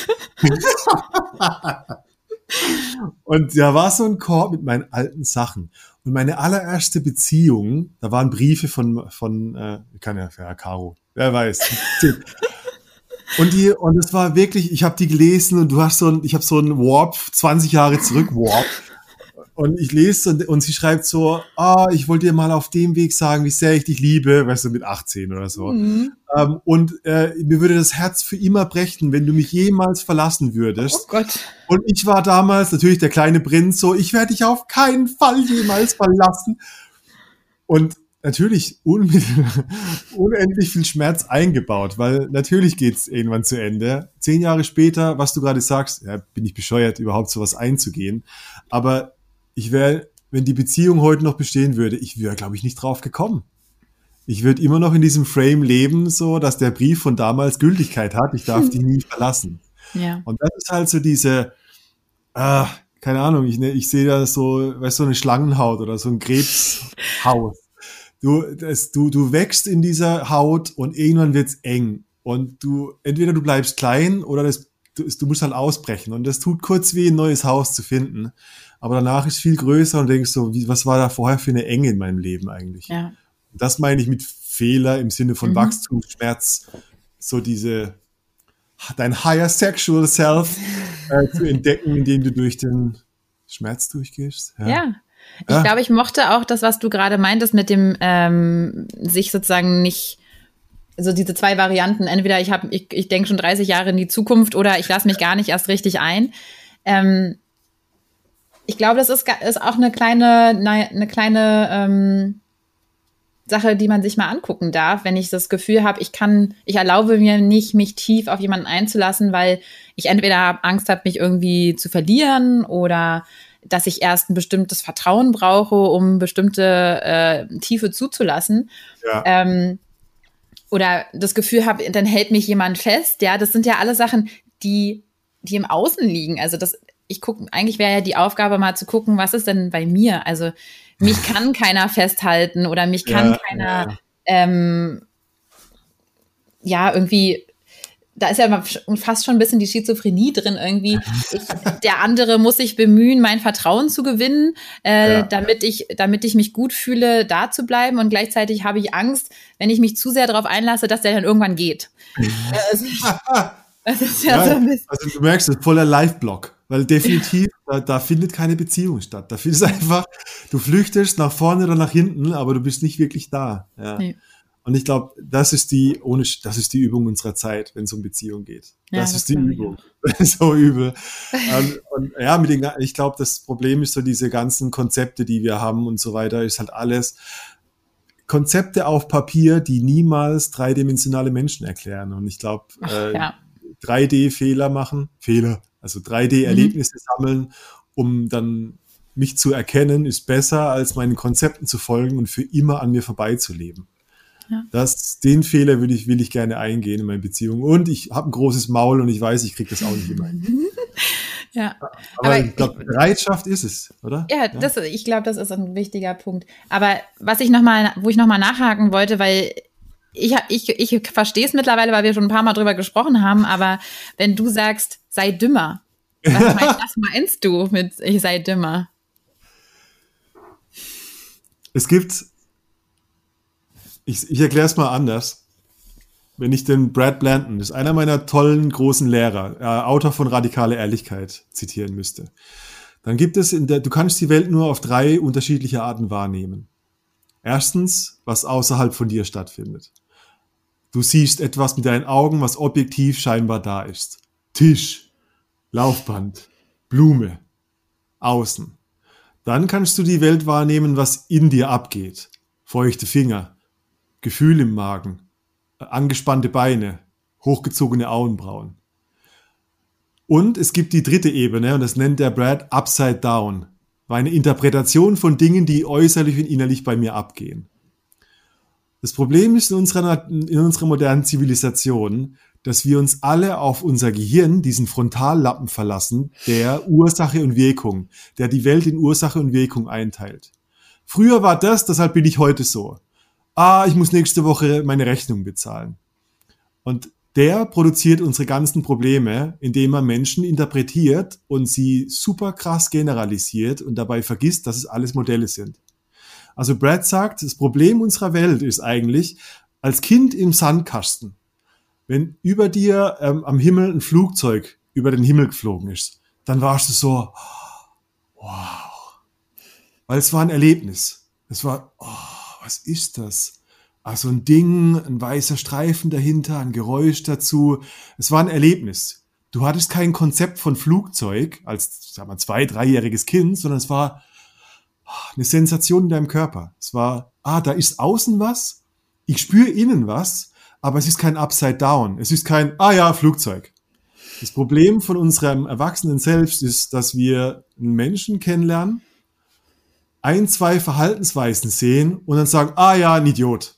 Und da war so ein Korb mit meinen alten Sachen. Und meine allererste Beziehung, da waren Briefe von Caro, wer weiß. Und es war wirklich, ich habe die gelesen und ich habe so einen Warp, 20 Jahre zurück Warp. Und ich lese und sie schreibt so, ich wollte dir mal auf dem Weg sagen, wie sehr ich dich liebe, weißt du, mit 18 oder so. Mhm. Mir würde das Herz für immer brechen, wenn du mich jemals verlassen würdest. Oh Gott. Und ich war damals natürlich der kleine Prinz, so, ich werde dich auf keinen Fall jemals verlassen. Und natürlich unendlich viel Schmerz eingebaut, weil natürlich geht's irgendwann zu Ende. 10 Jahre später, was du gerade sagst, bin ich bescheuert, überhaupt sowas einzugehen. Aber wenn die Beziehung heute noch bestehen würde, ich wäre, glaube ich, nicht drauf gekommen. Ich würde immer noch in diesem Frame leben, so, dass der Brief von damals Gültigkeit hat. Ich darf dich nie verlassen. Ja. Und das ist halt so diese, keine Ahnung, ich sehe da so, weißt du, so eine Schlangenhaut oder so ein Krebshaut. Du wächst in dieser Haut und irgendwann wird's eng. Und entweder du bleibst klein oder du musst halt ausbrechen. Und das tut kurz weh, ein neues Haus zu finden. Aber danach ist viel größer und denkst so, was war da vorher für eine Enge in meinem Leben eigentlich? Ja. Das meine ich mit Fehler im Sinne von Wachstumsschmerz, so dein higher sexual self zu entdecken, indem du durch den Schmerz durchgehst. Ja. Ich glaube, ich mochte auch das, was du gerade meintest, mit dem sich sozusagen nicht, so diese 2 Varianten, entweder ich denke schon 30 Jahre in die Zukunft oder ich lasse mich gar nicht erst richtig ein. ich glaube, das ist auch eine kleine Sache, die man sich mal angucken darf, wenn ich das Gefühl habe, ich erlaube mir nicht, mich tief auf jemanden einzulassen, weil ich entweder Angst habe, mich irgendwie zu verlieren oder dass ich erst ein bestimmtes Vertrauen brauche, um bestimmte Tiefe zuzulassen. Ja. Oder das Gefühl habe, dann hält mich jemand fest. Ja, das sind ja alle Sachen, die im Außen liegen. Also eigentlich wäre ja die Aufgabe mal zu gucken, was ist denn bei mir? Also mich kann keiner festhalten oder mich kann keiner, irgendwie, da ist ja fast schon ein bisschen die Schizophrenie drin irgendwie. Der andere muss sich bemühen, mein Vertrauen zu gewinnen, damit ich mich gut fühle, da zu bleiben. Und gleichzeitig habe ich Angst, wenn ich mich zu sehr darauf einlasse, dass der dann irgendwann geht. Das ist ja so ein bisschen. Also du merkst, das ist voller Live-Block, weil definitiv, da findet keine Beziehung statt. Da findest einfach, du flüchtest nach vorne oder nach hinten, aber du bist nicht wirklich da. Ja. Nee. Und ich glaube, das ist die Übung unserer Zeit, wenn es um Beziehung geht. Das ist die Übung. So übel. Und ja, ich glaube, das Problem ist so diese ganzen Konzepte, die wir haben und so weiter, ist halt alles Konzepte auf Papier, die niemals dreidimensionale Menschen erklären. Und ich glaube, 3D-Fehler machen, also 3D-Erlebnisse sammeln, um dann mich zu erkennen, ist besser, als meinen Konzepten zu folgen und für immer an mir vorbeizuleben. Ja. Den Fehler will ich gerne eingehen in meiner Beziehung. Und ich habe ein großes Maul und ich weiß, ich kriege das auch nicht immer hin. Ja. Aber ich glaube, Bereitschaft ist es, oder? Ja, ich glaube, das ist ein wichtiger Punkt. Aber wo ich nochmal nachhaken wollte, weil ich verstehe es mittlerweile, weil wir schon ein paar Mal drüber gesprochen haben, aber wenn du sagst, sei dümmer, was meinst du mit ich sei dümmer? Es gibt, ich erkläre es mal anders. Wenn ich den Brad Blanton, das ist einer meiner tollen, großen Lehrer, Autor von Radikale Ehrlichkeit, zitieren müsste, dann gibt es du kannst die Welt nur auf 3 unterschiedliche Arten wahrnehmen. Erstens, was außerhalb von dir stattfindet. Du siehst etwas mit deinen Augen, was objektiv scheinbar da ist. Tisch, Laufband, Blume, außen. Dann kannst du die Welt wahrnehmen, was in dir abgeht. Feuchte Finger, Gefühl im Magen, angespannte Beine, hochgezogene Augenbrauen. Und es gibt die dritte Ebene, und das nennt der Brad Upside Down. War eine Interpretation von Dingen, die äußerlich und innerlich bei mir abgehen. Das Problem ist in unserer modernen Zivilisation, dass wir uns alle auf unser Gehirn, diesen Frontallappen verlassen, der Ursache und Wirkung, der die Welt in Ursache und Wirkung einteilt. Früher war das, deshalb bin ich heute so. Ich muss nächste Woche meine Rechnung bezahlen. Und der produziert unsere ganzen Probleme, indem er Menschen interpretiert und sie super krass generalisiert und dabei vergisst, dass es alles Modelle sind. Also Brad sagt, das Problem unserer Welt ist eigentlich, als Kind im Sandkasten, wenn über dir am Himmel ein Flugzeug über den Himmel geflogen ist, dann warst du so, wow. Weil es war ein Erlebnis. Es war, was ist das? So ein Ding, ein weißer Streifen dahinter, ein Geräusch dazu. Es war ein Erlebnis. Du hattest kein Konzept von Flugzeug als, 2-, 3-jähriges Kind, sondern es war eine Sensation in deinem Körper. Es war, da ist außen was, ich spüre innen was, aber es ist kein Upside Down. Es ist kein, Flugzeug. Das Problem von unserem Erwachsenen selbst ist, dass wir einen Menschen kennenlernen, 1, 2 Verhaltensweisen sehen und dann sagen, ein Idiot.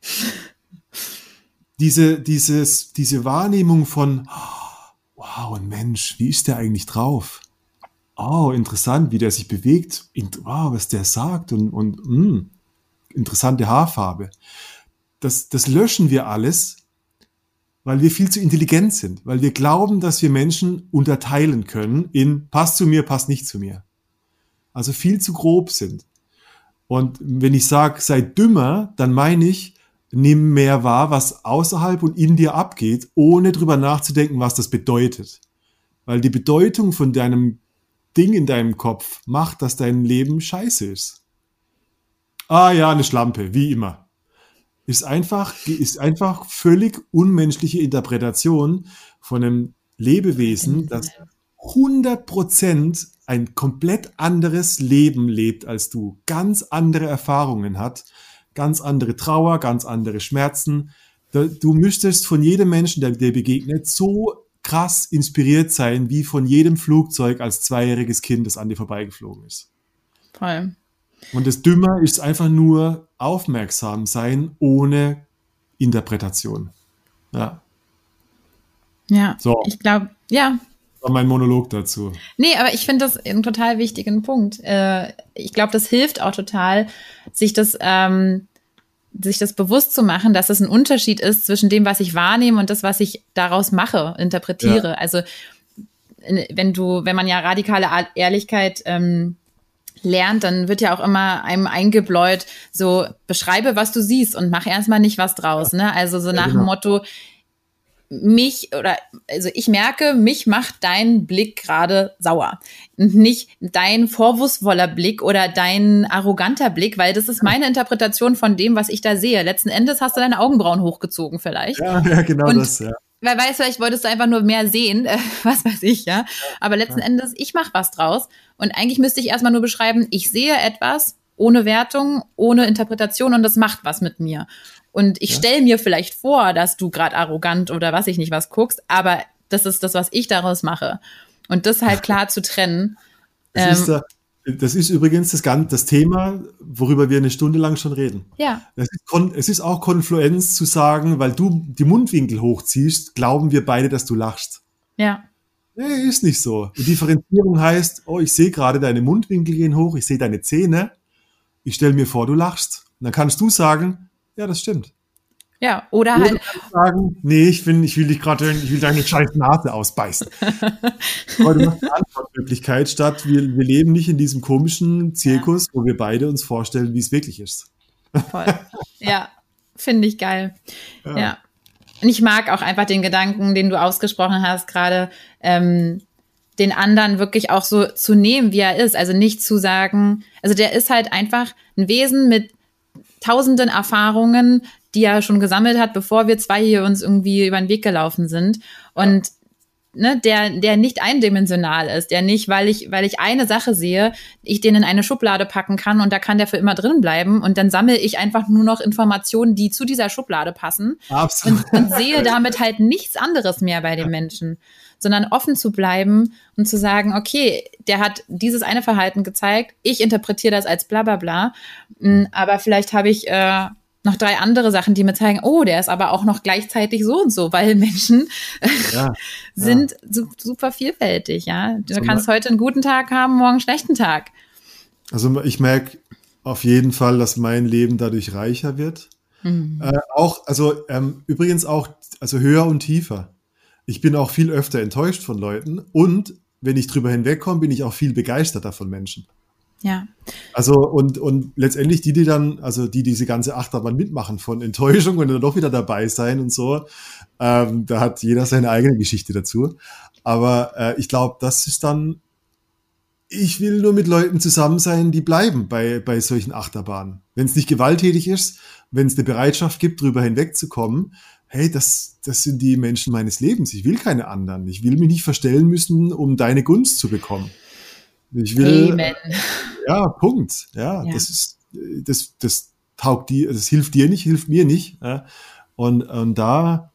Diese Wahrnehmung von, wow, ein Mensch, wie ist der eigentlich drauf? Interessant, wie der sich bewegt. Wow, was der sagt und interessante Haarfarbe. Das löschen wir alles, weil wir viel zu intelligent sind, weil wir glauben, dass wir Menschen unterteilen können in passt zu mir, passt nicht zu mir. Also viel zu grob sind. Und wenn ich sage, sei dümmer, dann meine ich, nimm mehr wahr, was außerhalb und in dir abgeht, ohne drüber nachzudenken, was das bedeutet. Weil die Bedeutung von deinem Ding in deinem Kopf macht, dass dein Leben scheiße ist. Eine Schlampe, wie immer. Ist einfach völlig unmenschliche Interpretation von einem Lebewesen, das 100% ein komplett anderes Leben lebt als du, ganz andere Erfahrungen hat, ganz andere Trauer, ganz andere Schmerzen. Du müsstest von jedem Menschen, der dir begegnet, so krass inspiriert sein, wie von jedem Flugzeug als 2-jähriges Kind, das an dir vorbeigeflogen ist. Voll. Und das Dümme ist einfach nur aufmerksam sein, ohne Interpretation. Ja. Ja, So. ich glaube, ja. Das war mein Monolog dazu. Nee, aber ich finde das einen total wichtigen Punkt. Ich glaube, das hilft auch total, sich das bewusst zu machen, dass es ein Unterschied ist zwischen dem, was ich wahrnehme und das, was ich daraus mache, interpretiere. Ja. Also wenn man ja radikale Ehrlichkeit lernt, dann wird ja auch immer einem eingebläut, so beschreibe, was du siehst und mach erstmal nicht was draus. Ne? Also so nach dem Motto, ich merke, mich macht dein Blick gerade sauer. Und nicht dein vorwurfsvoller Blick oder dein arroganter Blick, weil das ist meine Interpretation von dem, was ich da sehe. Letzten Endes hast du deine Augenbrauen hochgezogen vielleicht. Ja, genau und das, ja. Wer weiß, vielleicht wolltest du einfach nur mehr sehen, was weiß ich, ja. Aber letzten Endes, ich mache was draus. Und eigentlich müsste ich erstmal nur beschreiben, ich sehe etwas ohne Wertung, ohne Interpretation und das macht was mit mir. Und ich stelle mir vielleicht vor, dass du gerade arrogant oder was ich nicht was guckst, aber das ist das, was ich daraus mache. Und das halt klar zu trennen. Das ist übrigens das Thema, worüber wir eine Stunde lang schon reden. Ja. Es ist auch Konfluenz zu sagen, weil du die Mundwinkel hochziehst, glauben wir beide, dass du lachst. Ja. Nee, ist nicht so. Die Differenzierung heißt, ich sehe gerade deine Mundwinkel gehen hoch, ich sehe deine Zähne, ich stelle mir vor, du lachst. Und dann kannst du sagen, ja, das stimmt. Ja, oder Oder halt. du kannst sagen, nee, ich will deine scheiß Nase ausbeißen. Aber du machst eine Antwortmöglichkeit statt, wir leben nicht in diesem komischen Zirkus, wo wir beide uns vorstellen, wie es wirklich ist. Voll. Ja, finde ich geil. Ja. Und ich mag auch einfach den Gedanken, den du ausgesprochen hast, gerade den anderen wirklich auch so zu nehmen, wie er ist. Also nicht zu sagen, also der ist halt einfach ein Wesen mit tausenden Erfahrungen, die er schon gesammelt hat, bevor wir zwei hier uns irgendwie über den Weg gelaufen sind. Und der nicht eindimensional ist, der nicht, weil ich eine Sache sehe, ich den in eine Schublade packen kann und da kann der für immer drin bleiben und dann sammle ich einfach nur noch Informationen, die zu dieser Schublade passen. Absolut. Und sehe damit halt nichts anderes mehr bei den Menschen, sondern offen zu bleiben und zu sagen, okay, der hat dieses eine Verhalten gezeigt, ich interpretiere das als bla bla bla, aber vielleicht habe ich noch 3 andere Sachen, die mir zeigen, der ist aber auch noch gleichzeitig so und so, weil Menschen sind super vielfältig, ja. Du kannst heute einen guten Tag haben, morgen einen schlechten Tag. Also ich auf jeden Fall, dass mein Leben dadurch reicher wird. Übrigens auch, höher und tiefer. Ich bin auch viel öfter enttäuscht von Leuten und wenn ich drüber hinwegkomme, bin ich auch viel begeisterter von Menschen. Ja. Also und letztendlich die dann, also die diese ganze Achterbahn mitmachen von Enttäuschung und dann doch wieder dabei sein und so, da hat jeder seine eigene Geschichte dazu. Aber ich glaube, das ist dann, ich will nur mit Leuten zusammen sein, die bleiben bei solchen Achterbahnen. Wenn es nicht gewalttätig ist, wenn es eine Bereitschaft gibt, drüber hinwegzukommen, hey, das sind die Menschen meines Lebens. Ich will keine anderen. Ich will mich nicht verstellen müssen, um deine Gunst zu bekommen. Ich will, Amen. Ja, Punkt. Ja. Das taugt dir, das hilft dir nicht, hilft mir nicht. Ja. Und da,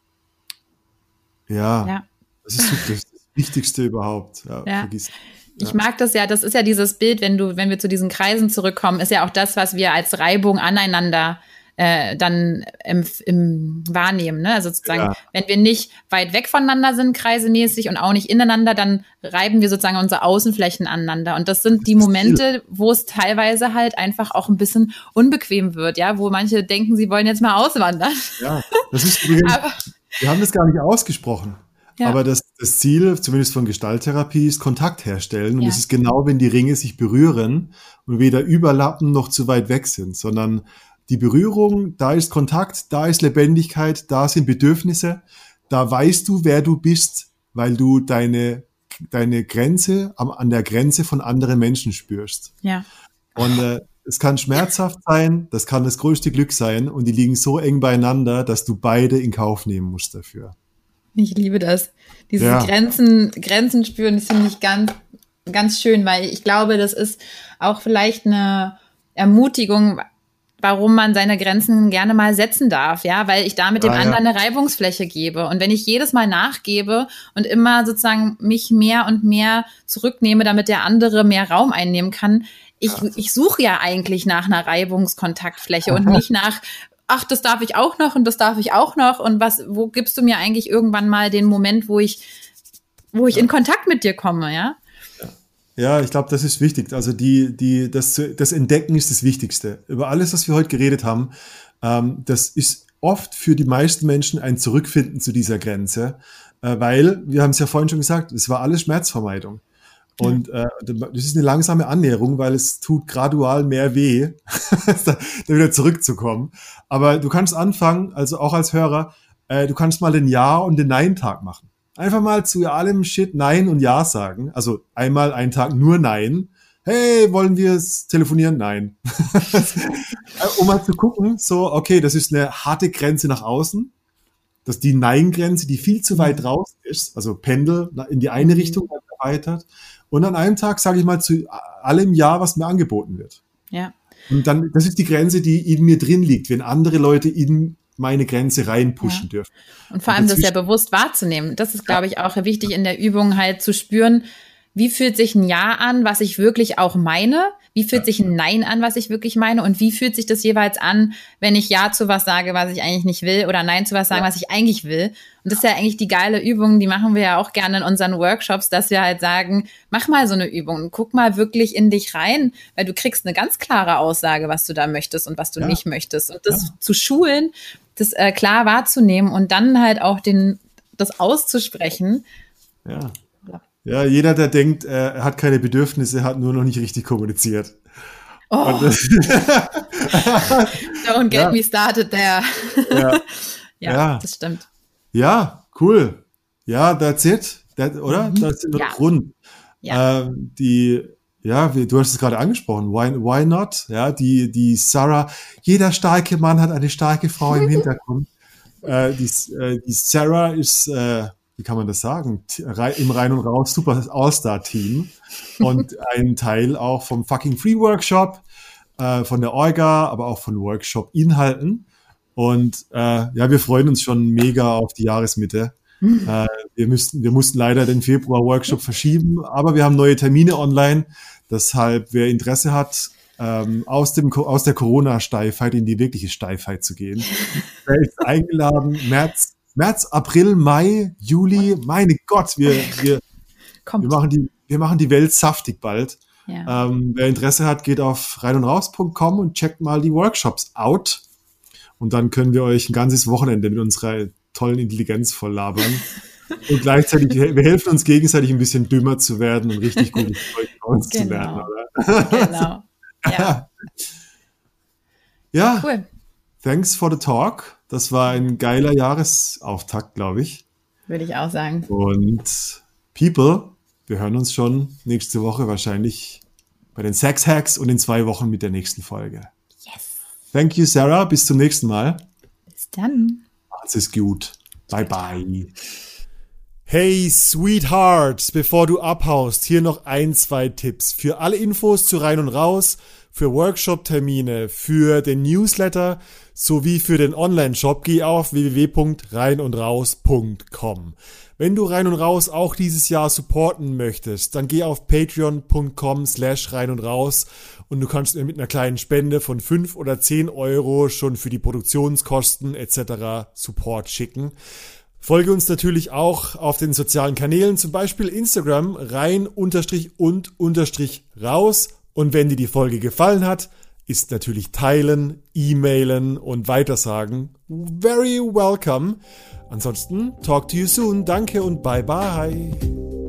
das ist das Wichtigste überhaupt. Ja. Vergiss. Ich mag das ja, das ist ja dieses Bild, wenn wir zu diesen Kreisen zurückkommen, ist ja auch das, was wir als Reibung aneinander dann im Wahrnehmen, ne? Also sozusagen, wenn wir nicht weit weg voneinander sind, kreisemäßig und auch nicht ineinander, dann reiben wir sozusagen unsere Außenflächen aneinander. Und das sind die Momente, wo es teilweise halt einfach auch ein bisschen unbequem wird, ja, wo manche denken, sie wollen jetzt mal auswandern. Ja, das ist übrigens, wir haben das gar nicht ausgesprochen. Ja. Aber das Ziel, zumindest von Gestalttherapie, ist Kontakt herstellen. Und es ist genau, wenn die Ringe sich berühren und weder überlappen noch zu weit weg sind, sondern die Berührung, da ist Kontakt, da ist Lebendigkeit, da sind Bedürfnisse, da weißt du, wer du bist, weil du deine Grenze an der Grenze von anderen Menschen spürst. Ja. Und es kann schmerzhaft sein, das kann das größte Glück sein und die liegen so eng beieinander, dass du beide in Kauf nehmen musst dafür. Ich liebe das. Dieses Grenzen spüren, das finde ich ganz, ganz schön, weil ich glaube, das ist auch vielleicht eine Ermutigung, warum man seine Grenzen gerne mal setzen darf, ja, weil ich damit dem anderen eine Reibungsfläche gebe. Und wenn ich jedes Mal nachgebe und immer sozusagen mich mehr und mehr zurücknehme, damit der andere mehr Raum einnehmen kann, ich suche ja eigentlich nach einer Reibungskontaktfläche und nicht nach, ach, das darf ich auch noch und das darf ich auch noch und wo gibst du mir eigentlich irgendwann mal den Moment, wo ich in Kontakt mit dir komme, ja? Ja, ich glaube, das ist wichtig. Also das Entdecken ist das Wichtigste. Über alles, was wir heute geredet haben, das ist oft für die meisten Menschen ein Zurückfinden zu dieser Grenze, weil, wir haben es ja vorhin schon gesagt, es war alles Schmerzvermeidung. Und das ist eine langsame Annäherung, weil es tut gradual mehr weh, da wieder zurückzukommen. Aber du kannst anfangen, also auch als Hörer, du kannst mal den Ja- und den Nein-Tag machen. Einfach mal zu allem Shit Nein und Ja sagen. Also einmal einen Tag nur Nein. Hey, wollen wir telefonieren? Nein. Um mal zu gucken, so, okay, das ist eine harte Grenze nach außen. Das ist die Nein-Grenze, die viel zu weit draußen ist. Also Pendel in die eine Richtung erweitert. Und an einem Tag sage ich mal zu allem Ja, was mir angeboten wird. Ja. Und dann, das ist die Grenze, die in mir drin liegt, wenn andere Leute in meine Grenze reinpushen dürfen. Und vor allem das ja bewusst wahrzunehmen. Das ist, glaube ich, auch wichtig in der Übung halt zu spüren, wie fühlt sich ein Ja an, was ich wirklich auch meine? Wie fühlt sich ein Nein an, was ich wirklich meine? Und wie fühlt sich das jeweils an, wenn ich Ja zu was sage, was ich eigentlich nicht will oder Nein zu was sage, was ich eigentlich will? Und das ist ja eigentlich die geile Übung, die machen wir ja auch gerne in unseren Workshops, dass wir halt sagen, mach mal so eine Übung und guck mal wirklich in dich rein, weil du kriegst eine ganz klare Aussage, was du da möchtest und was du nicht möchtest. Und das zu schulen, das klar wahrzunehmen und dann halt auch das auszusprechen. Ja, jeder, der denkt, er hat keine Bedürfnisse, hat nur noch nicht richtig kommuniziert. Oh. Don't get me started there. Ja, das stimmt. Ja, cool. Ja, that's it. Oder? Das ist noch rund. Ja. Du hast es gerade angesprochen. Why not? Ja, die Sarah, jeder starke Mann hat eine starke Frau im Hintergrund. Die Sarah ist, wie kann man das sagen? Im Rein und Raus Super All-Star-Team und ein Teil auch vom fucking Free Workshop, von der Orga, aber auch von Workshop-Inhalten. Und wir freuen uns schon mega auf die Jahresmitte. Wir mussten leider den Februar-Workshop verschieben, aber wir haben neue Termine online. Deshalb, wer Interesse hat, aus der Corona-Steifheit in die wirkliche Steifheit zu gehen, der ist eingeladen, März, April, Mai, Juli, meine Gott, wir machen die Welt saftig bald. Ja. Wer Interesse hat, geht auf reinundraus.com und checkt mal die Workshops out. Und dann können wir euch ein ganzes Wochenende mit unserer tollen Intelligenz voll labern. Und gleichzeitig, wir helfen uns gegenseitig ein bisschen dümmer zu werden und richtig gutes Zeug bei uns zu lernen, oder? Genau. Ja. Ja. Cool. Thanks for the talk. Das war ein geiler Jahresauftakt, glaube ich. Würde ich auch sagen. Und People, wir hören uns schon nächste Woche wahrscheinlich bei den Sex Hacks und in 2 Wochen mit der nächsten Folge. Yes. Thank you, Sarah. Bis zum nächsten Mal. Bis dann. Macht's es gut. Bye, bye. Hey, Sweethearts, bevor du abhaust, hier noch 1, 2 Tipps. Für alle Infos zu Rein und Raus, für Workshop-Termine, für den Newsletter sowie für den Online-Shop, geh auf www.reinundraus.com. Wenn du Rein und Raus auch dieses Jahr supporten möchtest, dann geh auf patreon.com/reinundraus und du kannst mir mit einer kleinen Spende von 5 oder 10 Euro schon für die Produktionskosten etc. Support schicken. Folge uns natürlich auch auf den sozialen Kanälen, zum Beispiel Instagram, rein_und_raus. Und wenn dir die Folge gefallen hat, ist natürlich teilen, e-mailen und weitersagen very welcome. Ansonsten, talk to you soon. Danke und bye bye.